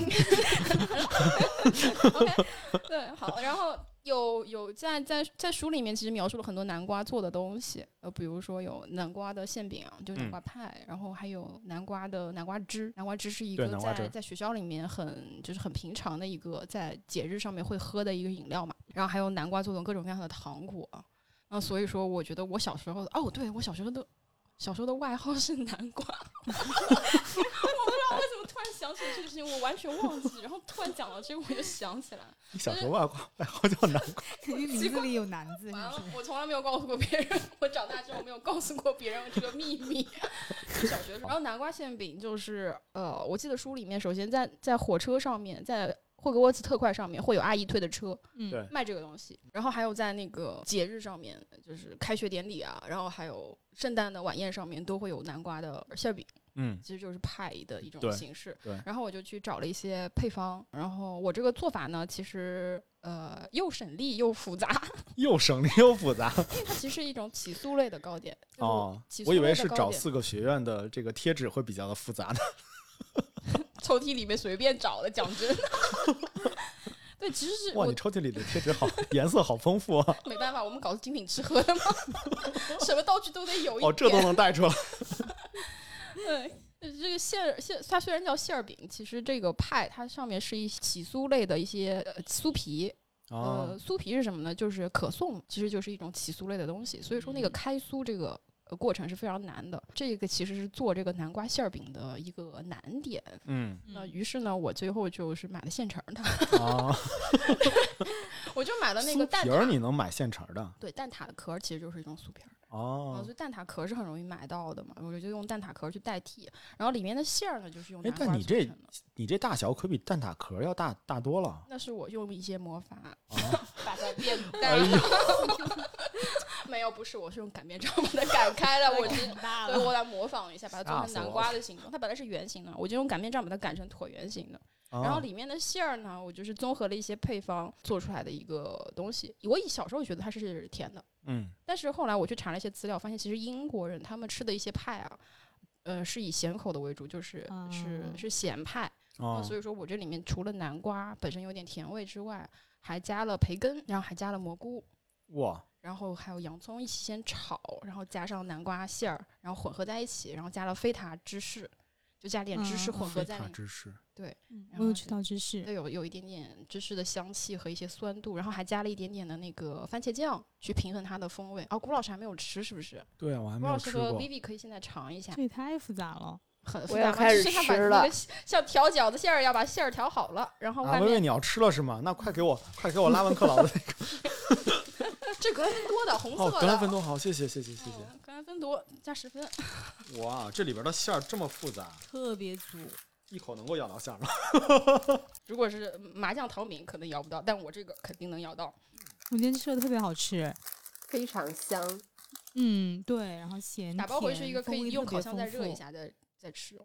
okay, 对，好，然后有有在在在书里面其实描述了很多南瓜做的东西，呃，比如说有南瓜的馅饼，就是南瓜派，嗯、然后还有南瓜的南瓜汁。南瓜汁是一个在在学校里面很就是很平常的一个在节日上面会喝的一个饮料嘛。然后还有南瓜做的各种各样的糖果，那所以说我觉得我小时候哦，对我小时候的小时候的外号是南瓜。我不知道为什么突然想起这个事情，我完全忘记，然后突然讲到这个我就想起来。 你小时候外号外号叫南瓜， 因为名字里有南字。 完了，我从来没有告诉过别人，我长大之后没有告诉过别人这个秘密。小学，然后南瓜馅饼就是呃，我记得书里面首先在在火车上面，在霍格沃茨特快上面会有阿姨推的车， 嗯， 卖这个东西。然后还有在那个节日上面，就是开学典礼啊，然后还有圣诞的晚宴上面都会有南瓜的馅饼。 嗯， 其实就是派的一种形式。 对，对， 然后我就去找了一些配方，然后我这个做法呢，其实呃又省力又复杂， 又省力又复杂， 因为它其实是一种起酥类的糕点。 哦，我以为是找四个学院的这个贴纸会比较的复杂的， 抽屉里面随便找的，讲真的。对，其实是哇，你抽屉里的贴纸好颜色好丰富啊！ 没办法，我们搞精品吃喝的嘛，什么道具都得有一点。 哦，这都能带出来。 对，这个馅儿馅，它虽然叫馅儿饼，其实这个派它上面是一起酥类的一些、呃、酥皮。 哦、 呃，酥皮是什么呢？就是可颂，其实就是一种起酥类的东西。所以说那个开酥这个。呃，过程是非常难的，这个其实是做这个南瓜馅儿饼的一个难点。 嗯， 那于是呢，我最后就是买了现成的。 哦， 我就买了那个蛋挞。 酥皮儿你能买现成的？ 对，蛋挞的壳其实就是一种酥皮儿。 哦， 所以蛋挞壳是很容易买到的嘛，我就用蛋挞壳去代替。然后里面的馅儿呢，就是用南瓜做成的。 但你这你这大小可比蛋挞壳要大大多了。 那是我用一些魔法、哦、把它变大。 哎呦没有，不是，我是用擀面杖把它擀开了。我是对，我来模仿一下，把它做成南瓜的形状。它本来是圆形的，我就用擀面杖把它擀成椭圆形的。 哦、 然后里面的馅儿呢，我就是综合了一些配方做出来的一个东西。我以小时候觉得它是甜的， 嗯， 但是后来我去查了一些资料，发现其实英国人他们吃的一些派啊，呃，是以咸口的为主，就是、哦、是是咸派。 哦、 所以说我这里面除了南瓜本身有点甜味之外，还加了培根，然后还加了蘑菇。 哇！ 然后还有洋葱一起先炒，然后加上南瓜馅儿，然后混合在一起，然后加了菲塔芝士，就加点芝士混合在里面。 菲塔芝士， 对， 我有吃到芝士， 对，有有一点点芝士的香气和一些酸度，然后还加了一点点的那个番茄酱去平衡它的风味。哦，谷老师还没有吃是不是？ 对啊，我还没有吃过。 谷老师和 Vivi 可以现在尝一下。 这也太复杂了， 很复杂。 我要开始吃了。 像调饺子馅儿，要把馅儿调好了，然后外面。 啊，薇薇你要吃了是吗？那快给我，快给我拉文克劳的那个。 这格兰芬多的红色的， 哦，格兰芬多好，谢谢谢谢谢谢。 格兰芬多加十分。 哇，这里边的馅儿这么复杂， 特别足， 一口能够咬到馅儿吗？ 如果是麻酱糖饼可能咬不到，但我这个肯定能咬到。 我今天吃的特别好吃， 非常香。 嗯，对，然后咸打包回去一个可以用烤箱再热一下再再吃哦。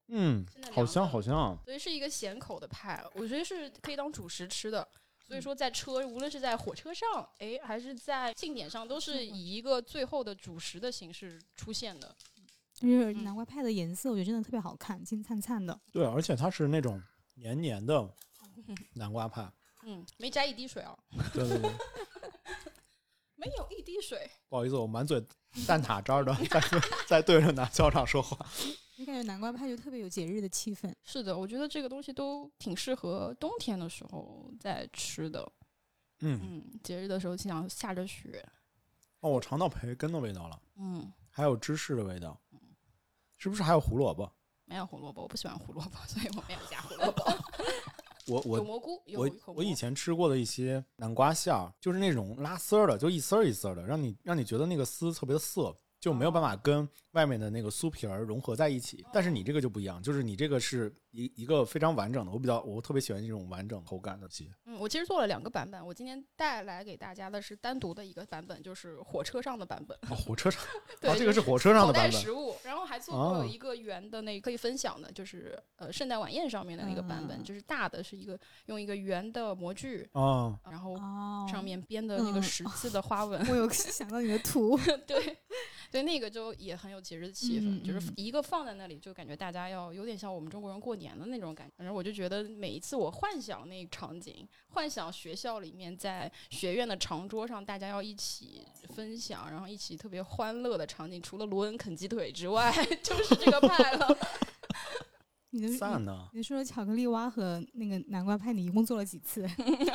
嗯，好香好香， 所以是一个咸口的派，我觉得是可以当主食吃的。所以说在车无论是在火车上哎，还是在庆典上，都是以一个最后的主食的形式出现的。 就是南瓜派的颜色我觉得真的特别好看，金灿灿的。 对，而且它是那种黏黏的南瓜派。 嗯，没沾一滴水啊。 对对对。 没有一滴水。 不好意思，我满嘴蛋挞渣的在在对着南校长说话。 你感觉南瓜派就特别有节日的气氛。 是的，我觉得这个东西都挺适合冬天的时候在吃的。 嗯嗯，节日的时候经常下着雪。 哦，我尝到培根的味道了。 嗯， 还有芝士的味道。是不是还有胡萝卜？ 没有胡萝卜，我不喜欢胡萝卜，所以我没有加胡萝卜。 我我有蘑菇，有我我以前吃过的一些南瓜馅儿，就是那种拉丝儿的，就一丝儿一丝儿的，让你让你觉得那个丝特别的涩，就没有办法跟外面的那个酥皮儿融合在一起。但是你这个就不一样，就是你这个是一一个非常完整的，我比较我特别喜欢这种完整口感的鸡。 嗯，我其实做了两个版本，我今天带来给大家的是单独的一个版本，就是火车上的版本。 哦，火车上， 对、 啊，这个是火车上的版本。 口袋食物，然后还做过一个圆的那个可以分享的，就是呃圣诞晚宴上面的那个版本，嗯、就是大的是一个用一个圆的模具， 哦， 然后上面编的那个十字的花纹。 嗯、我有想到你的图， 对。对，那个就也很有节日的气氛、 嗯， 就是一个放在那里，就感觉大家要有点像我们中国人过年的那种感觉。反正我就觉得每一次我幻想那个场景，幻想学校里面在学院的长桌上，大家要一起分享，然后一起特别欢乐的场景，除了罗恩啃鸡腿之外，就是这个派了。 你的赞呢？ 你说巧克力蛙和那个南瓜派，你一共做了几次？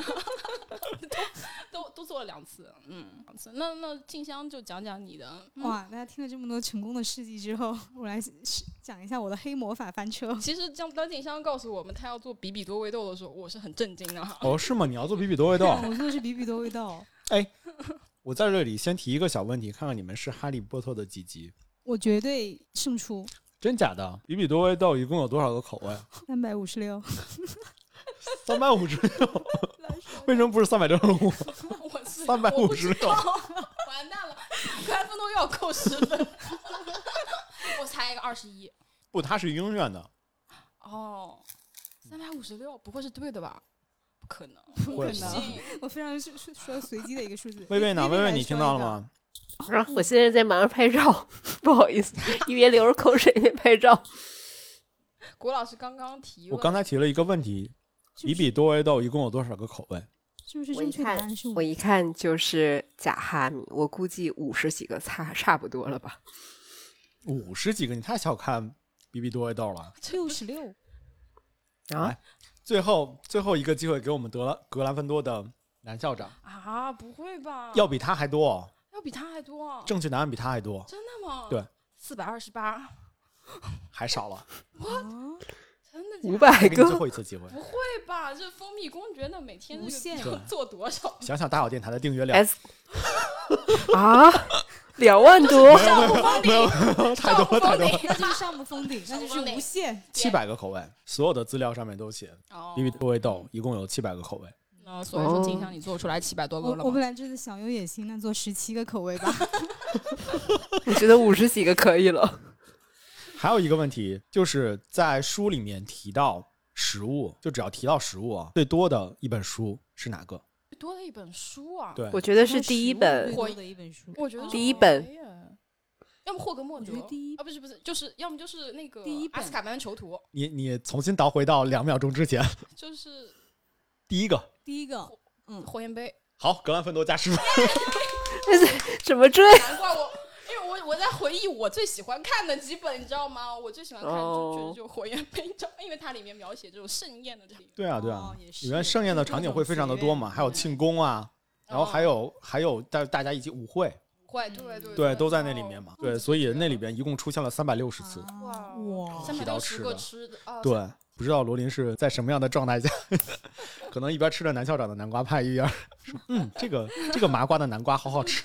都都都做了两次，嗯，两次。那那静香就讲讲你的。 嗯、哇，大家听了这么多成功的事迹之后，我来讲一下我的黑魔法翻车。 其实当静香告诉我们她要做比比多味豆的时候，我是很震惊的哈。 哦，是吗？你要做比比多味豆？ 我做的是比比多味豆。 哎，我在这里先提一个小问题，看看你们是哈利波特的几级？ 我绝对胜出。 真假的？比比多味豆一共有多少个口味？ 三百五十六。 三百五十六？为什么不是三百六十五？ 我是三百五十六。 完蛋了，格兰芬多要扣十分。我猜一个二十一。 不，它是鹰院的。 哦，三百五十六，不会是对的吧？不可能， 不可能！我非常说随机的一个数字。 薇薇呢？薇薇，你听到了吗？ 啊！我现在在忙着拍照，不好意思，一边流着口水一边拍照。 郭老师刚刚提， 我刚才提了一个问题：比比多味豆一共有多少个口味？ 是不是正确答案是？ 我一看就是假哈密，我估计五十几个差差不多了吧？ 五十几个？你太小看比比多味豆了。 六十六啊！ 最后最后一个机会给我们得了格兰芬多的男校长啊！不会吧？ 要比他还多、哦？ 要比他还多、啊？ 正确答案比他还多？ 真的吗？ 对， 四百二十八， 还少了。 What？真的？ 五百个？ 最后一次机会？ 不会吧？这蜂蜜公爵的每天这个做多少？ 想想大小电台的订阅量啊，两万多， 上不封顶， 太多了太多了， 那就是上不封顶，那就是无限。 七百个口味，所有的资料上面都写，比比多味豆一共有七百个口味。 那所以说，静香你做出来七百多个了吗？ 我我本来就是小有野心，那做十七个口味吧。 我觉得五十几个可以了。 还有一个问题，就是在书里面提到食物，就只要提到食物啊，最多的一本书是哪个？ 最多的一本书啊？ 对， 我觉得是第一本。 最多的一本书， 我觉得第一本。 要么霍格莫泽， 第一啊不是不是，就是要么就是那个第一本阿斯卡班囚徒。 你你重新倒回到两秒钟之前， 就是第一个， 第一个，嗯， 火焰杯。 好，格兰芬多加十分。 怎么追？ 难怪我，因为我我在回忆我最喜欢看的几本，你知道吗？我最喜欢看就觉得就火焰杯，因为它里面描写这种盛宴的这里。 对啊对啊， 哦、 里面盛宴的场景会非常的多嘛，还有庆功啊，然后还有、哦、还有大大家一起舞会。 会，对对对，都在那里面嘛。对，所以那里边一共出现了三百六十次。 哇哇， 三百六十个吃的。 对，不知道罗琳是在什么样的状态下，可能一边吃着南校长的南瓜派，一边说：“嗯，这个这个麻瓜的南瓜好好吃。”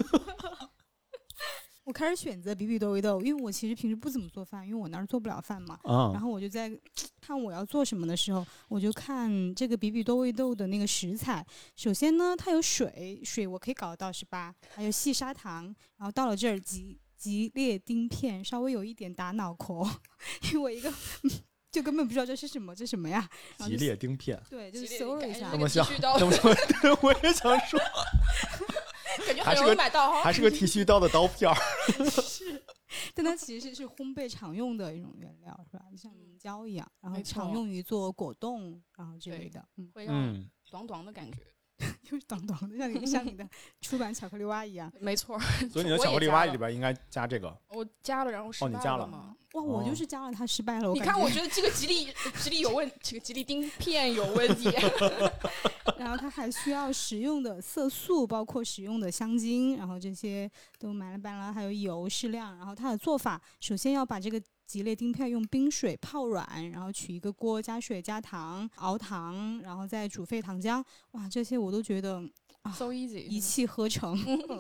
我开始选择比比多味豆，因为我其实平时不怎么做饭，因为我那儿做不了饭嘛。 嗯、 然后我就在看我要做什么的时候，我就看这个比比多味豆的那个食材。首先呢，它有水，水我可以搞到十八，还有细砂糖，然后到了这儿几吉列丁片，稍微有一点打脑壳，因为我一个就根本不知道这是什么，这什么呀？ 吉列丁片， 对，就是搜了一下， 那么像， 那么像，对，我也想说， 感觉很容易买到哈， 还是个剃须刀的刀片儿。 是，但它其实是是烘焙常用的一种原料，是吧？就像凝胶一样，然后常用于做果冻，然后之类的， 嗯，会让短短的感觉。 就是短短的，像你像你的出版巧克力蛙一样， 没错。 所以你的巧克力蛙里边应该加这个。 我加了，然后失败了。 哦，你加了吗？ 哇，我就是加了，它失败了。 你看，我觉得这个吉利吉利有问，这个吉利丁片有问题。 然后它还需要食用的色素，包括食用的香精，然后这些都买了买了，还有油适量。然后它的做法，首先要把这个吉列丁片用冰水泡软，然后取一个锅，加水加糖熬糖，然后再煮沸糖浆。哇，这些我都觉得啊 ，so easy， 一气呵成。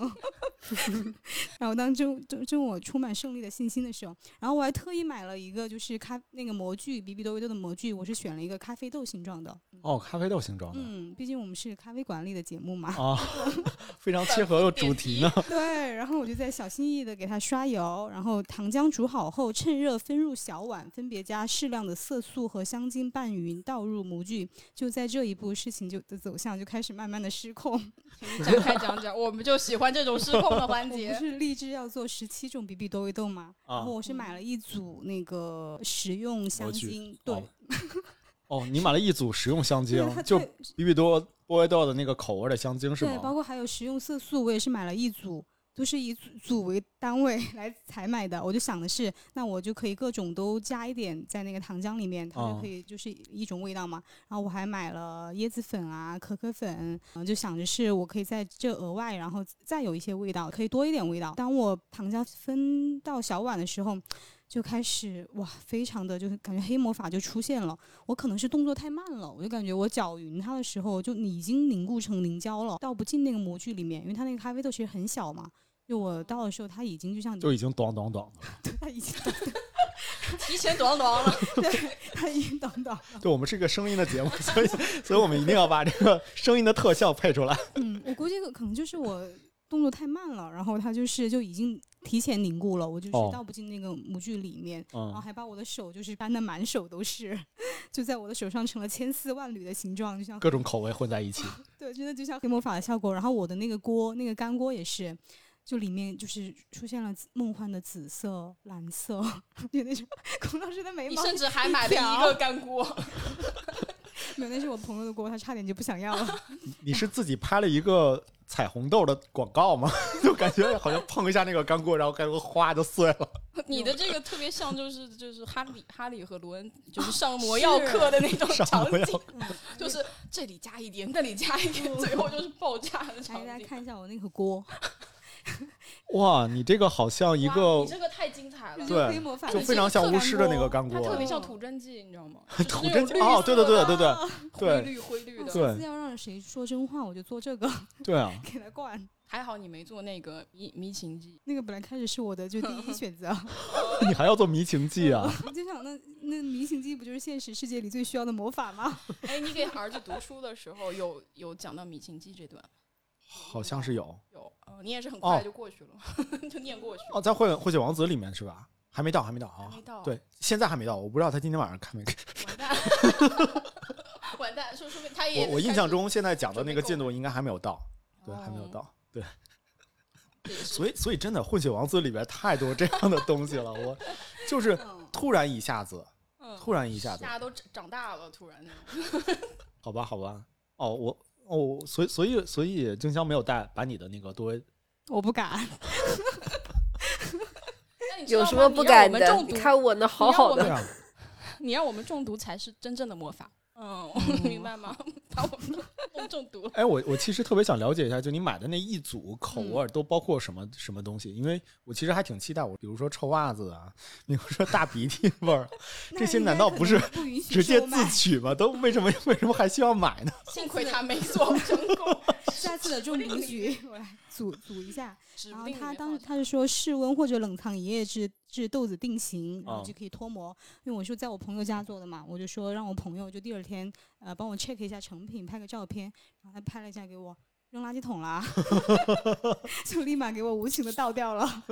然后当正正我充满胜利的信心的时候，然后我还特意买了一个就是咖那个模具，比比多维多的模具，我是选了一个咖啡豆形状的。 哦，咖啡豆形状的。 嗯，毕竟我们是咖啡馆里的节目嘛。 啊，非常切合主题呢。 对，然后我就在小心翼翼的给它刷油，然后糖浆煮好后，趁热分入小碗，分别加适量的色素和香精拌匀，倒入模具。就在这一步，事情就的走向就开始慢慢的失控。 展开讲讲，我们就喜欢这种失控的环节。 我不是立志要做十七种比比多维豆吗？啊、然后我是买了一组那个食用香精，对。 哦哦，你买了一组食用香精，就比比多维豆的那个口味的香精是吗？ 对，包括还有食用色素，我也是买了一组。都是以组为单位来采买的，我就想的是，那我就可以各种都加一点在那个糖浆里面，它就可以就是一种味道嘛。然后我还买了椰子粉啊、可可粉，嗯，就想着是我可以在这额外，然后再有一些味道，可以多一点味道。当我糖浆分到小碗的时候，就开始哇，非常的就是感觉黑魔法就出现了。我可能是动作太慢了，我就感觉我搅匀它的时候就已经凝固成凝胶了，倒不进那个模具里面，因为它那个咖啡豆其实很小嘛。就我倒的时候，它已经就像就已经短短短了， 对，它已经提前短短了， 对，它已经短短了。 对，我们是一个声音的节目，所以所以我们一定要把这个声音的特效配出来。 嗯，我估计可能就是我动作太慢了，然后它就是就已经提前凝固了，我就是倒不进那个模具里面，哦、然后还把我的手就是搬得满手都是，就在我的手上成了千丝万缕的形状，就像各种口味混在一起。 对，真的就像黑魔法的效果。然后我的那个锅，那个干锅也是。就里面就是出现了梦幻的紫色、蓝色，就那种孔老师的眉毛。 你甚至还买了一个干锅。 没有，那是我朋友的锅，他差点就不想要了。 你是自己拍了一个彩虹豆的广告吗？就感觉好像碰一下那个干锅，然后干锅哗就碎了。 你的这个特别像就是就是哈利哈利和罗恩就是上魔药课的那种场景，就是这里加一点，那里加一点，最后就是爆炸的场景。 来，大家看一下我那个锅。 哇，你这个好像一个， 你这个太精彩了， 对，就非常像巫师的那个干锅， 它特别像土真剂，你知道吗？ 土真剂哦，对对对对对对， 灰绿灰绿的。 对，要让谁说真话，我就做这个。 对啊， 给他灌。 还好你没做那个迷迷情剂， 那个本来开始是我的就第一选择。 你还要做迷情剂啊？ 我就想，那那迷情剂不就是现实世界里最需要的魔法吗？ 哎，你给儿子读书的时候有有讲到迷情剂这段？ 好像是有有、呃，你也是很快就过去了，哦、就念过去了。 哦，在混混血王子里面是吧？还没到，还没到啊！ 还没到。 对，现在还没到，我不知道他今天晚上看没看。 完蛋，完蛋，说说明他也。 我我印象中现在讲的那个进度应该还没有到，对，还没有到，对。所以，所以真的混血王子里边太多这样的东西了，我就是突然一下子，嗯、突然一下子， 大家都长大了，突然好吧，好吧，哦，我。哦，所以所以所以静香没有带把你的那个多维， 我不敢。 有什么不敢的？你看我呢，好好的。 你让我们中毒才是真正的魔法。嗯，明白吗？把我们中毒了。 哎，我我其实特别想了解一下，就你买的那一组口味都包括什么、嗯、什么东西？因为我其实还挺期待，我比如说臭袜子啊，比如说大鼻涕味儿，这些难道不是直接自取吗？都为什么为什么还需要买呢？ 幸亏他没做成功。 下次的中毒局我来组组一下。然后他当时他是说室温或者冷藏一夜至至豆子定型，然后就可以脱模。哦、因为我是在我朋友家做的嘛，我就说让我朋友就第二天呃帮我 check 一下成品，拍个照片，然后他拍了一下给我扔垃圾桶啦，就立马给我无情的倒掉了。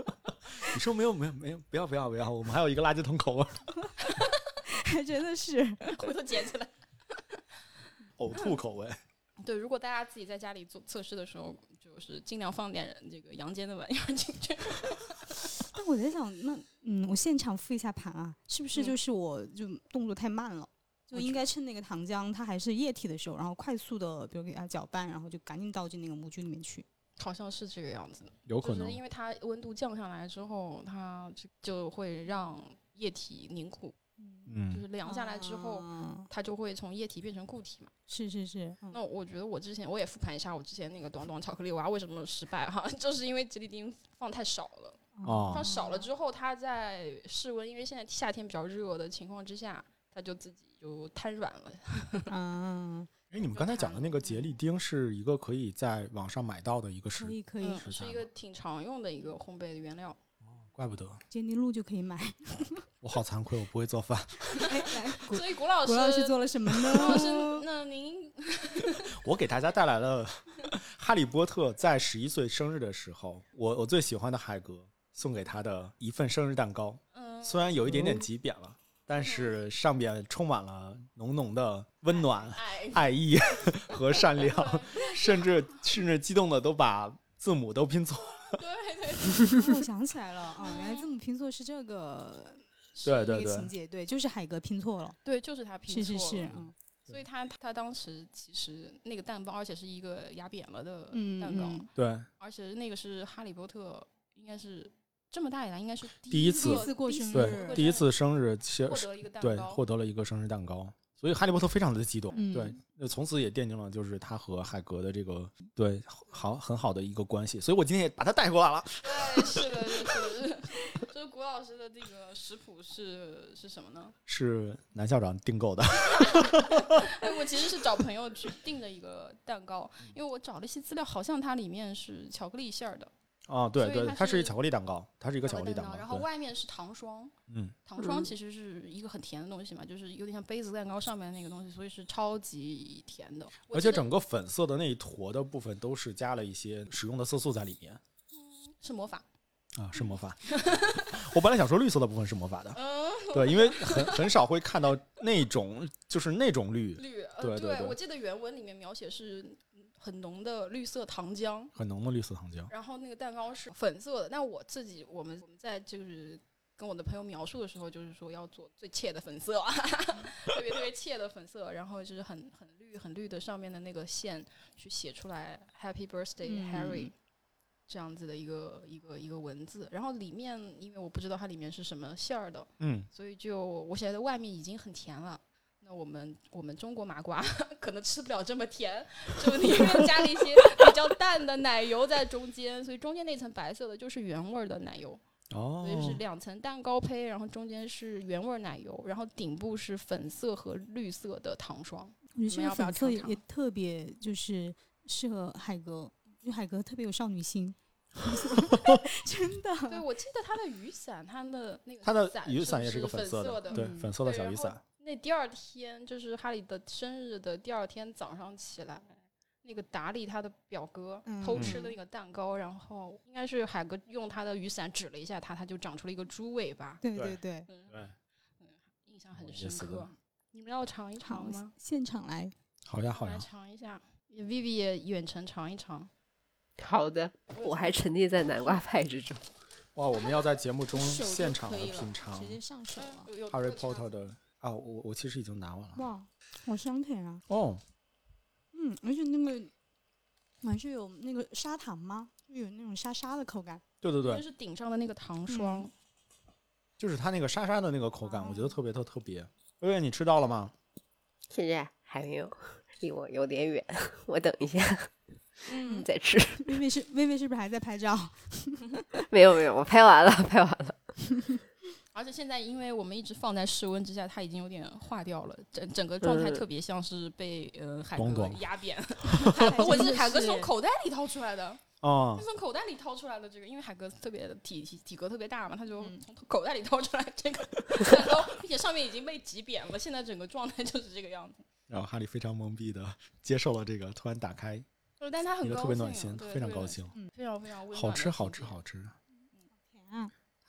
你说没有没有没有，不要不要不要，我们还有一个垃圾桶口味， 还真的是回头捡起来。 呕吐口味。 对，如果大家自己在家里做测试的时候，就是尽量放点这个阳间的玩意儿进去。 但我在想，那嗯，我现场复一下盘啊，是不是嗯就是我就动作太慢了？就应该趁那个糖浆它还是液体的时候，然后快速的，比如给它搅拌，然后就赶紧倒进那个模具里面去。 好像是这个样子， 有可能就是因为它温度降下来之后，它就就会让液体凝固， 嗯， 就是凉下来之后， 啊、 它就会从液体变成固体嘛。 是是是。嗯、 那我觉得我之前我也复盘一下，我之前那个短短巧克力娃为什么失败哈，就是因为吉利丁放太少了。 哦， 放少了之后，它在室温，因为现在夏天比较热的情况之下，它就自己就瘫软了。 嗯， 哎，你们刚才讲的那个杰利丁是一个可以在网上买到的一个食可以可以， 嗯，是一个挺常用的一个烘焙的原料。 怪不得杰尼露就可以买。 我好惭愧，我不会做饭。 哎，来，古所以古老师， 古老师做了什么呢？ 古老师，那您我给大家带来了哈利波特在十一岁生日的时候，我我最喜欢的海格送给他的一份生日蛋糕。 嗯， 虽然有一点点挤扁了，但是上面充满了浓浓的温暖、 爱爱意和善良，甚至甚至激动的都把字母都拼错。 对对哦我想起来了啊，原来字母拼错是这个， 对对对那个情节，对，就是海格拼错了。 对，就是他拼错了。 是是是，嗯， 所以他他当时其实那个蛋糕，而且是一个压扁了的嗯蛋糕， 嗯对， 而且那个是哈利波特，应该是这么大以来应该是第一次一第一次过生日对，第一次生日其获实得一个蛋对糕， 获得了一个生日蛋糕，所以哈利波特非常的激动。 嗯对，那从此也奠定了就是他和海格的这个对好很好的一个关系，所以我今天也把他带过来了。 对，是的，是的，是的。就是古老师的这个食谱是是什么呢？ 是南校长订购的。 哎，我其实是找朋友去订的一个蛋糕，因为我找了一些资料，好像它里面是巧克力馅儿的。 哦，对对， 所以它是它是一巧克力蛋糕，它是一个巧克力蛋蛋糕， 然后对外面是糖霜。 嗯， 糖霜其实是一个很甜的东西嘛，就是有点像杯子蛋糕上面的那个东西，所以是超级甜的。我记得而且整个粉色的那一坨的部分都是加了一些食用的色素在里面是魔法。 啊，是魔法。我本来想说绿色的部分是魔法的， 嗯， 对，因为很很少会看到那种就是那种绿， 绿，呃、 对对对我记得原文里面描写是很浓的绿色糖浆， 很浓的绿色糖浆。 然后那个蛋糕是粉色的。那我自己，我们我们在就是跟我的朋友描述的时候，就是说要做最切的粉色，特别特别切的粉色，然后就是很很绿很绿的上面的那个线去写出来 Happy Birthday、 嗯、 Harry 这样子的一个一个一个文字。然后里面因为我不知道它里面是什么馅儿的， 嗯， 所以就我写的外面已经很甜了。那我们我们中国麻瓜可能吃不了这么甜，就里面加了一些比较淡的奶油在中间，所以中间那层白色的就是原味的奶油。 哦， 所以是两层蛋糕胚，然后中间是原味奶油，然后顶部是粉色和绿色的糖霜。 我觉得这个粉色也你们要不要尝尝也特别就是适合海格，因为海格特别有少女心。真的， 对，我记得它的雨伞，它的那个它的伞雨伞也是个粉色的，对， 嗯粉色的对然后小雨伞。 那第二天就是哈利的生日的第二天早上起来，那个达利他的表哥嗯偷吃的那个蛋糕，然后应该是海格用他的雨伞指了一下他，他就长出了一个猪尾巴。 对对对对， 嗯， 对， 印象很有意深刻思的。 你们要尝一尝好吗？， 现场来。 好呀好来呀， 尝一下，Vivi 也远程尝一尝。 好的，我还沉浸在南瓜派之中。 哇，我们要在节目中手就现场的可以了品尝直接上手了。 有有 Harry 有尝 Potter 的啊，我我其实已经拿完了。 哇，好香甜啊！ 哦， 嗯，而且那个还是有那个砂糖吗？就有那种沙沙的口感。 对对对， 因为是顶上的那个糖霜。 嗯就是它那个沙沙的那个口感，我觉得哦特别特特别。薇薇，你吃到了吗？ 现在还没有，离我有点远，我等一下嗯， 再吃。 微微是微微是不是还在拍照？ 没有没有，我拍完了，拍完了。 而且现在因为我们一直放在室温之下，它已经有点化掉了，整整个状态嗯特别像是被呃海格懂懂压扁。 还我真的是海格是从是口袋里掏出来的， 啊是，从口袋里掏出来的这个，因为海格特别体体体格特别大嘛，他就嗯从口袋里掏出来这个蛋糕，并且上面已经被挤扁了，现在整个状态就是这个样子。 然后哈利非常懵逼的接受了这个，突然打开， 就是但他很一个高兴， 特别暖心， 对非常高， 特别兴， 暖非常非常温暖好吃的情节好吃好吃。 甜啊！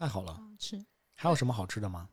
太好了。 嗯，吃。 还有什么好吃的吗？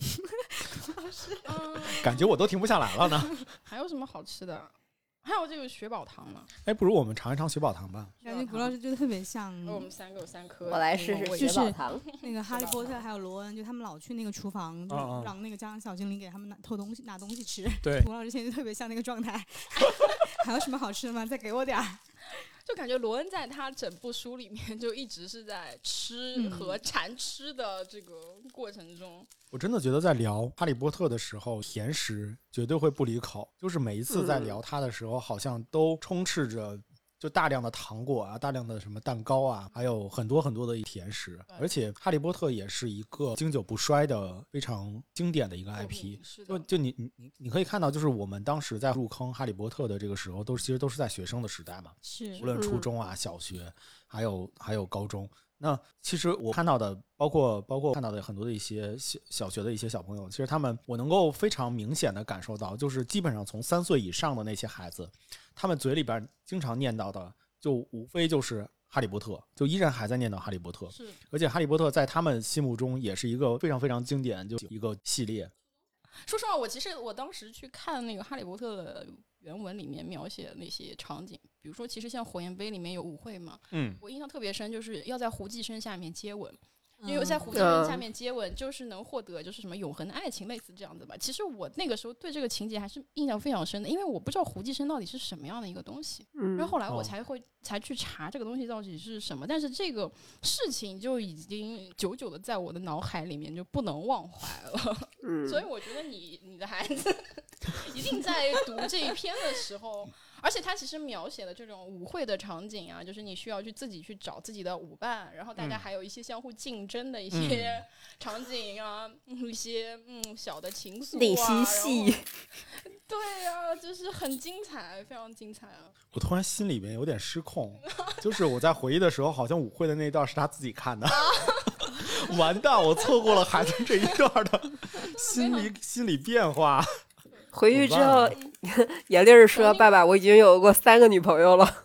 感觉我都停不下来了呢。 还有什么好吃的？还有这个雪宝糖呢。 哎，不如我们尝一尝雪宝糖吧。 感觉古老师就特别像我们三个有三颗， 我来试试雪宝糖。 那个哈利波特还有罗恩，就他们老去那个厨房，就让那个家小精灵给他们拿偷东西拿东西吃。 对， 古老师现在就特别像那个状态。还有什么好吃的吗？再给我点儿。 就感觉罗恩在他整部书里面就一直是在吃和馋吃的这个过程中、嗯、 我真的觉得在聊哈利波特的时候甜食绝对会不离口，就是每一次在聊他的时候、嗯、好像都充斥着就大量的糖果啊，大量的什么蛋糕啊，还有很多很多的甜食，而且哈利波特也是一个经久不衰的非常经典的一个 I P， 就就你你你可以看到，就是我们当时在入坑哈利波特的这个时候，都其实都是在学生的时代嘛， 是无论初中啊、小学，还有还有高中。那其实我看到的，包括包括看到的很多的一些小小学的一些小朋友，其实他们我能够非常明显的感受到，就是基本上从三岁以上的那些孩子，他们嘴里边经常念叨的，就无非就是哈利波特，就依然还在念叨哈利波特。 是， 而且哈利波特在他们心目中也是一个非常非常经典就一个系列。 说实话，我其实我当时去看那个哈利波特的原文里面描写的那些场景，比如说其实像火焰杯里面有舞会嘛， 嗯， 我印象特别深，就是要在胡寄生下面接吻，因为在胡寄生下面接吻就是能获得就是什么永恒的爱情，类似这样子吧。其实我那个时候对这个情节还是印象非常深的，因为我不知道胡寄生到底是什么样的一个东西， 嗯， 然后后来我才会、哦、才去查这个东西到底是什么，但是这个事情就已经久久的在我的脑海里面就不能忘怀了。 嗯， 所以我觉得你你的孩子一定在读这一篇的时候，而且他其实描写的这种舞会的场景啊，就是你需要去自己去找自己的舞伴，然后大家还有一些相互竞争的一些场景啊，嗯、一些嗯小的情愫啊， 内心戏， 对啊，就是很精彩，非常精彩啊！ 我突然心里面有点失控，就是我在回忆的时候，好像舞会的那一段是他自己看的。完蛋，我错过了孩子这一段的心理心理变化。 回去之后，闫丽说：“爸爸，我已经有过三个女朋友了。”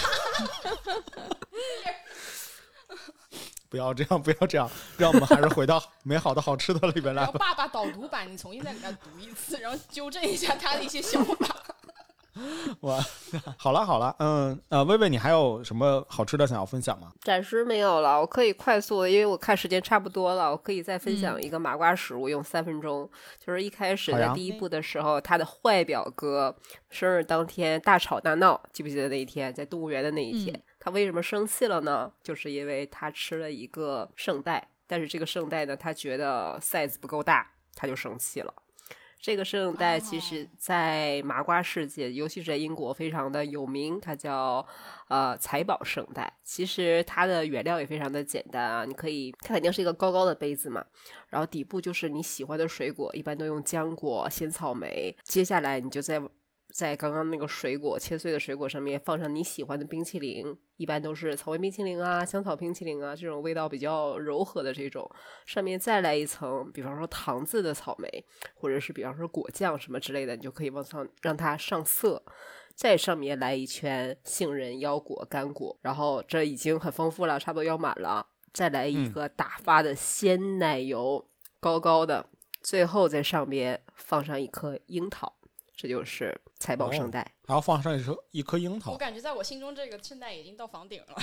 不要这样，不要这样，让我们还是回到美好的好吃的里边来吧。 然后爸爸导读版，你重新再给他读一次，然后纠正一下他的一些想法。 我好了好了，嗯呃，薇薇，你还有什么好吃的想要分享吗？ 暂时没有了，我可以快速的，因为我看时间差不多了，我可以再分享一个麻瓜食物，用三分钟。嗯、就是一开始在第一部的时候，他的坏表哥生日当天大吵大闹，记不记得那一天在动物园的那一天、嗯？他为什么生气了呢？就是因为他吃了一个圣代，但是这个圣代呢，他觉得 size 不够大，他就生气了。这个圣代其实在麻瓜世界、oh. 尤其是在英国非常的有名，它叫呃财宝圣代。其实它的原料也非常的简单啊，你可以它肯定是一个高高的杯子嘛，然后底部就是你喜欢的水果，一般都用浆果、鲜草莓，接下来你就在在刚刚那个水果切碎的水果上面放上你喜欢的冰淇淋，一般都是草莓冰淇淋啊、香草冰淇淋啊，这种味道比较柔和的这种，上面再来一层比方说糖渍的草莓，或者是比方说果酱什么之类的，你就可以往上让它上色，再上面来一圈杏仁、腰果、干果，然后这已经很丰富了，差不多要满了，再来一个打发的鲜奶油、嗯、高高的，最后在上面放上一颗樱桃，这就是财宝圣代、哦、 还要放上一颗一颗樱桃。 我感觉在我心中这个圣代已经到房顶了。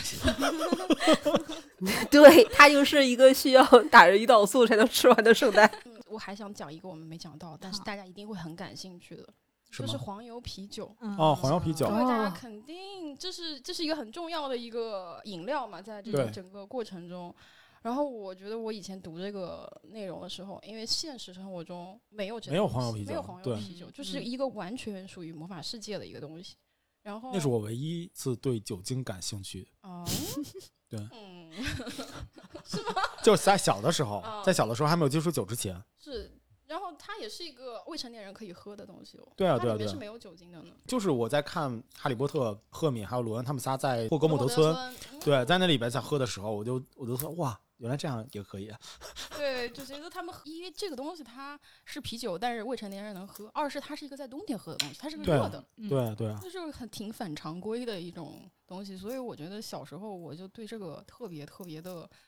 对，它就是一个需要打人胰岛素才能吃完的圣代、 嗯、我还想讲一个我们没讲到，但是大家一定会很感兴趣的，就是黄油啤酒。 哦，黄油啤酒， 对，大家肯定这是这是一个很重要的一个饮料嘛，在这个整个过程中。然后我觉得我以前读这个内容的时候，因为现实生活中没有这没有黄油啤酒， 没有黄油啤酒，就是一个完全属于魔法世界的一个东西。然后那是我唯一一次对酒精感兴趣。 哦， 对， 嗯，是吗？ 就在小的时候，在小的时候还没有接触酒之前。 是。然后它也是一个未成年人可以喝的东西哦。 对啊，对啊， 它里面是没有酒精的呢。 就是我在看《哈利波特》、赫敏还有罗恩他们仨在霍格莫德村，嗯、对，在那里边在喝的时候，我就我就说哇，原来这样也可以。 对，就觉得他们因为这个东西它是啤酒，但是未成年人能喝；二是它是一个在冬天喝的东西，它是个热的， 对啊对啊， 就是很挺反常规的一种东西。所以我觉得小时候我就对这个特别特别的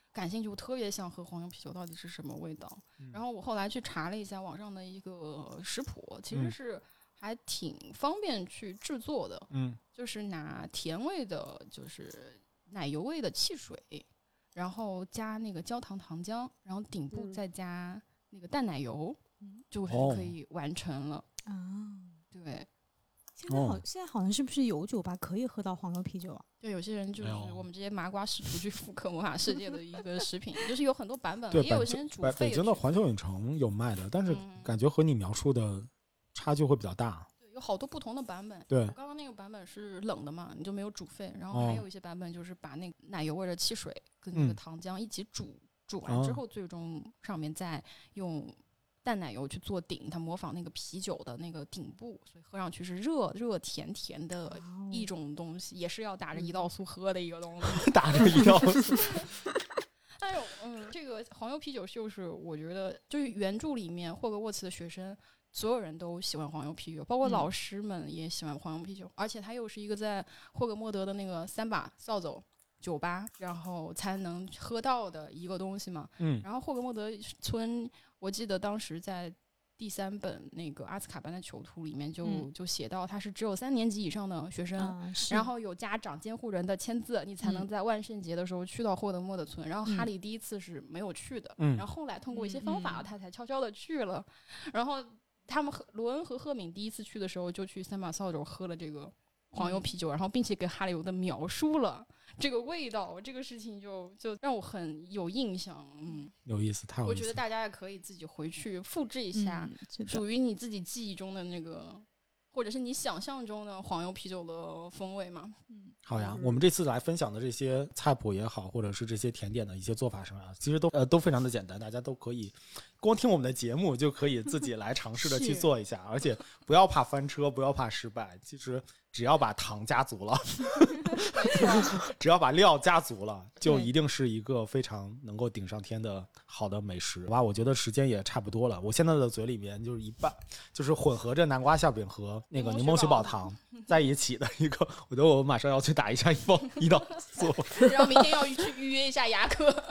感兴趣，我特别想喝黄油啤酒到底是什么味道。 嗯、 然后我后来去查了一下网上的一个食谱，其实是还挺方便去制作的。 嗯， 就是拿甜味的，就是奶油味的汽水，然后加那个焦糖糖浆，然后顶部再加那个淡奶油，嗯、就是可以完成了。 啊、哦， 对。 现在好，哦、现在好像是不是有酒吧可以喝到黄油啤酒啊？ 对，有些人就是我们这些麻瓜试图去复刻魔法世界的一个食品，就是有很多版本， 对， 也有些人煮沸。 北京的环球影城有卖的，但是感觉和你描述的差距会比较大。 对，有好多不同的版本。 对， 刚刚那个版本是冷的嘛，你就没有煮沸，然后还有一些版本就是把那个奶油味的汽水跟那个糖浆一起煮，嗯、煮完之后，最终上面再用淡奶油去做顶，它模仿那个啤酒的那个顶部，所以喝上去是热热甜甜的一种东西，也是要打着胰岛素喝的一个东西。 打着胰岛素。 但是，嗯，这个黄油啤酒就是我觉得，就是原著里面霍格沃茨的学生，所有人都喜欢黄油啤酒，包括老师们也喜欢黄油啤酒，嗯、而且它又是一个在霍格莫德的那个三把扫帚酒吧，然后才能喝到的一个东西嘛。 嗯， 然后霍格莫德村。我记得当时在第三本那个阿斯卡班的囚徒里面就、嗯、就写到，他是只有三年级以上的学生， 啊、 然后有家长监护人的签字，你才能在万圣节的时候去到霍德莫德村。嗯、然后哈利第一次是没有去的，嗯、然后后来通过一些方法，嗯、他才悄悄的去了。然后他们罗恩和赫敏第一次去的时候，就去三把扫帚喝了这个黄油啤酒，嗯、然后并且给哈利波特描述了这个味道，这个事情就就让我很有印象。嗯， 有意思，太有意思。 我觉得大家也可以自己回去复制一下， 嗯、 属于你自己记忆中的那个，或者是你想象中的黄油啤酒的风味嘛。 嗯， 好呀，我们这次来分享的这些菜谱也好，或者是这些甜点的一些做法上啊，其实都呃都非常的简单，大家都可以光听我们的节目就可以自己来尝试的去做一下，而且不要怕翻车，不要怕失败，其实只要把糖加足了只要把料加足了，就一定是一个非常能够顶上天的好的美食吧。我觉得时间也差不多了，我现在的嘴里面就是一半就是混合着南瓜馅饼和那个柠檬雪宝糖在一起的一个，我觉得我马上要去打一下胰岛素然后明天要去预约一下牙科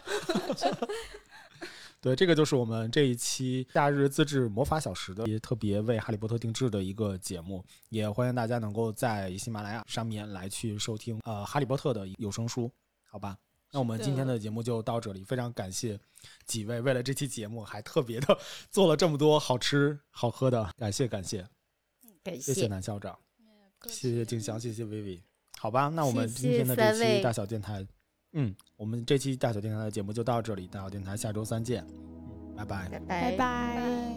对，这个就是我们这一期夏日自制魔法小时的特别为哈利波特定制的一个节目，也欢迎大家能够在喜马拉雅上面来去收听呃哈利波特的有声书，好吧？那我们今天的节目就到这里，非常感谢几位为了这期节目还特别的做了这么多好吃好喝的，感谢感谢， 感谢谢谢南校长，谢谢静香，谢谢薇薇，好吧？那我们今天的这期大小电台。嗯，我们这期大小电台的节目就到这里，大小电台下周三见，拜拜， 拜拜。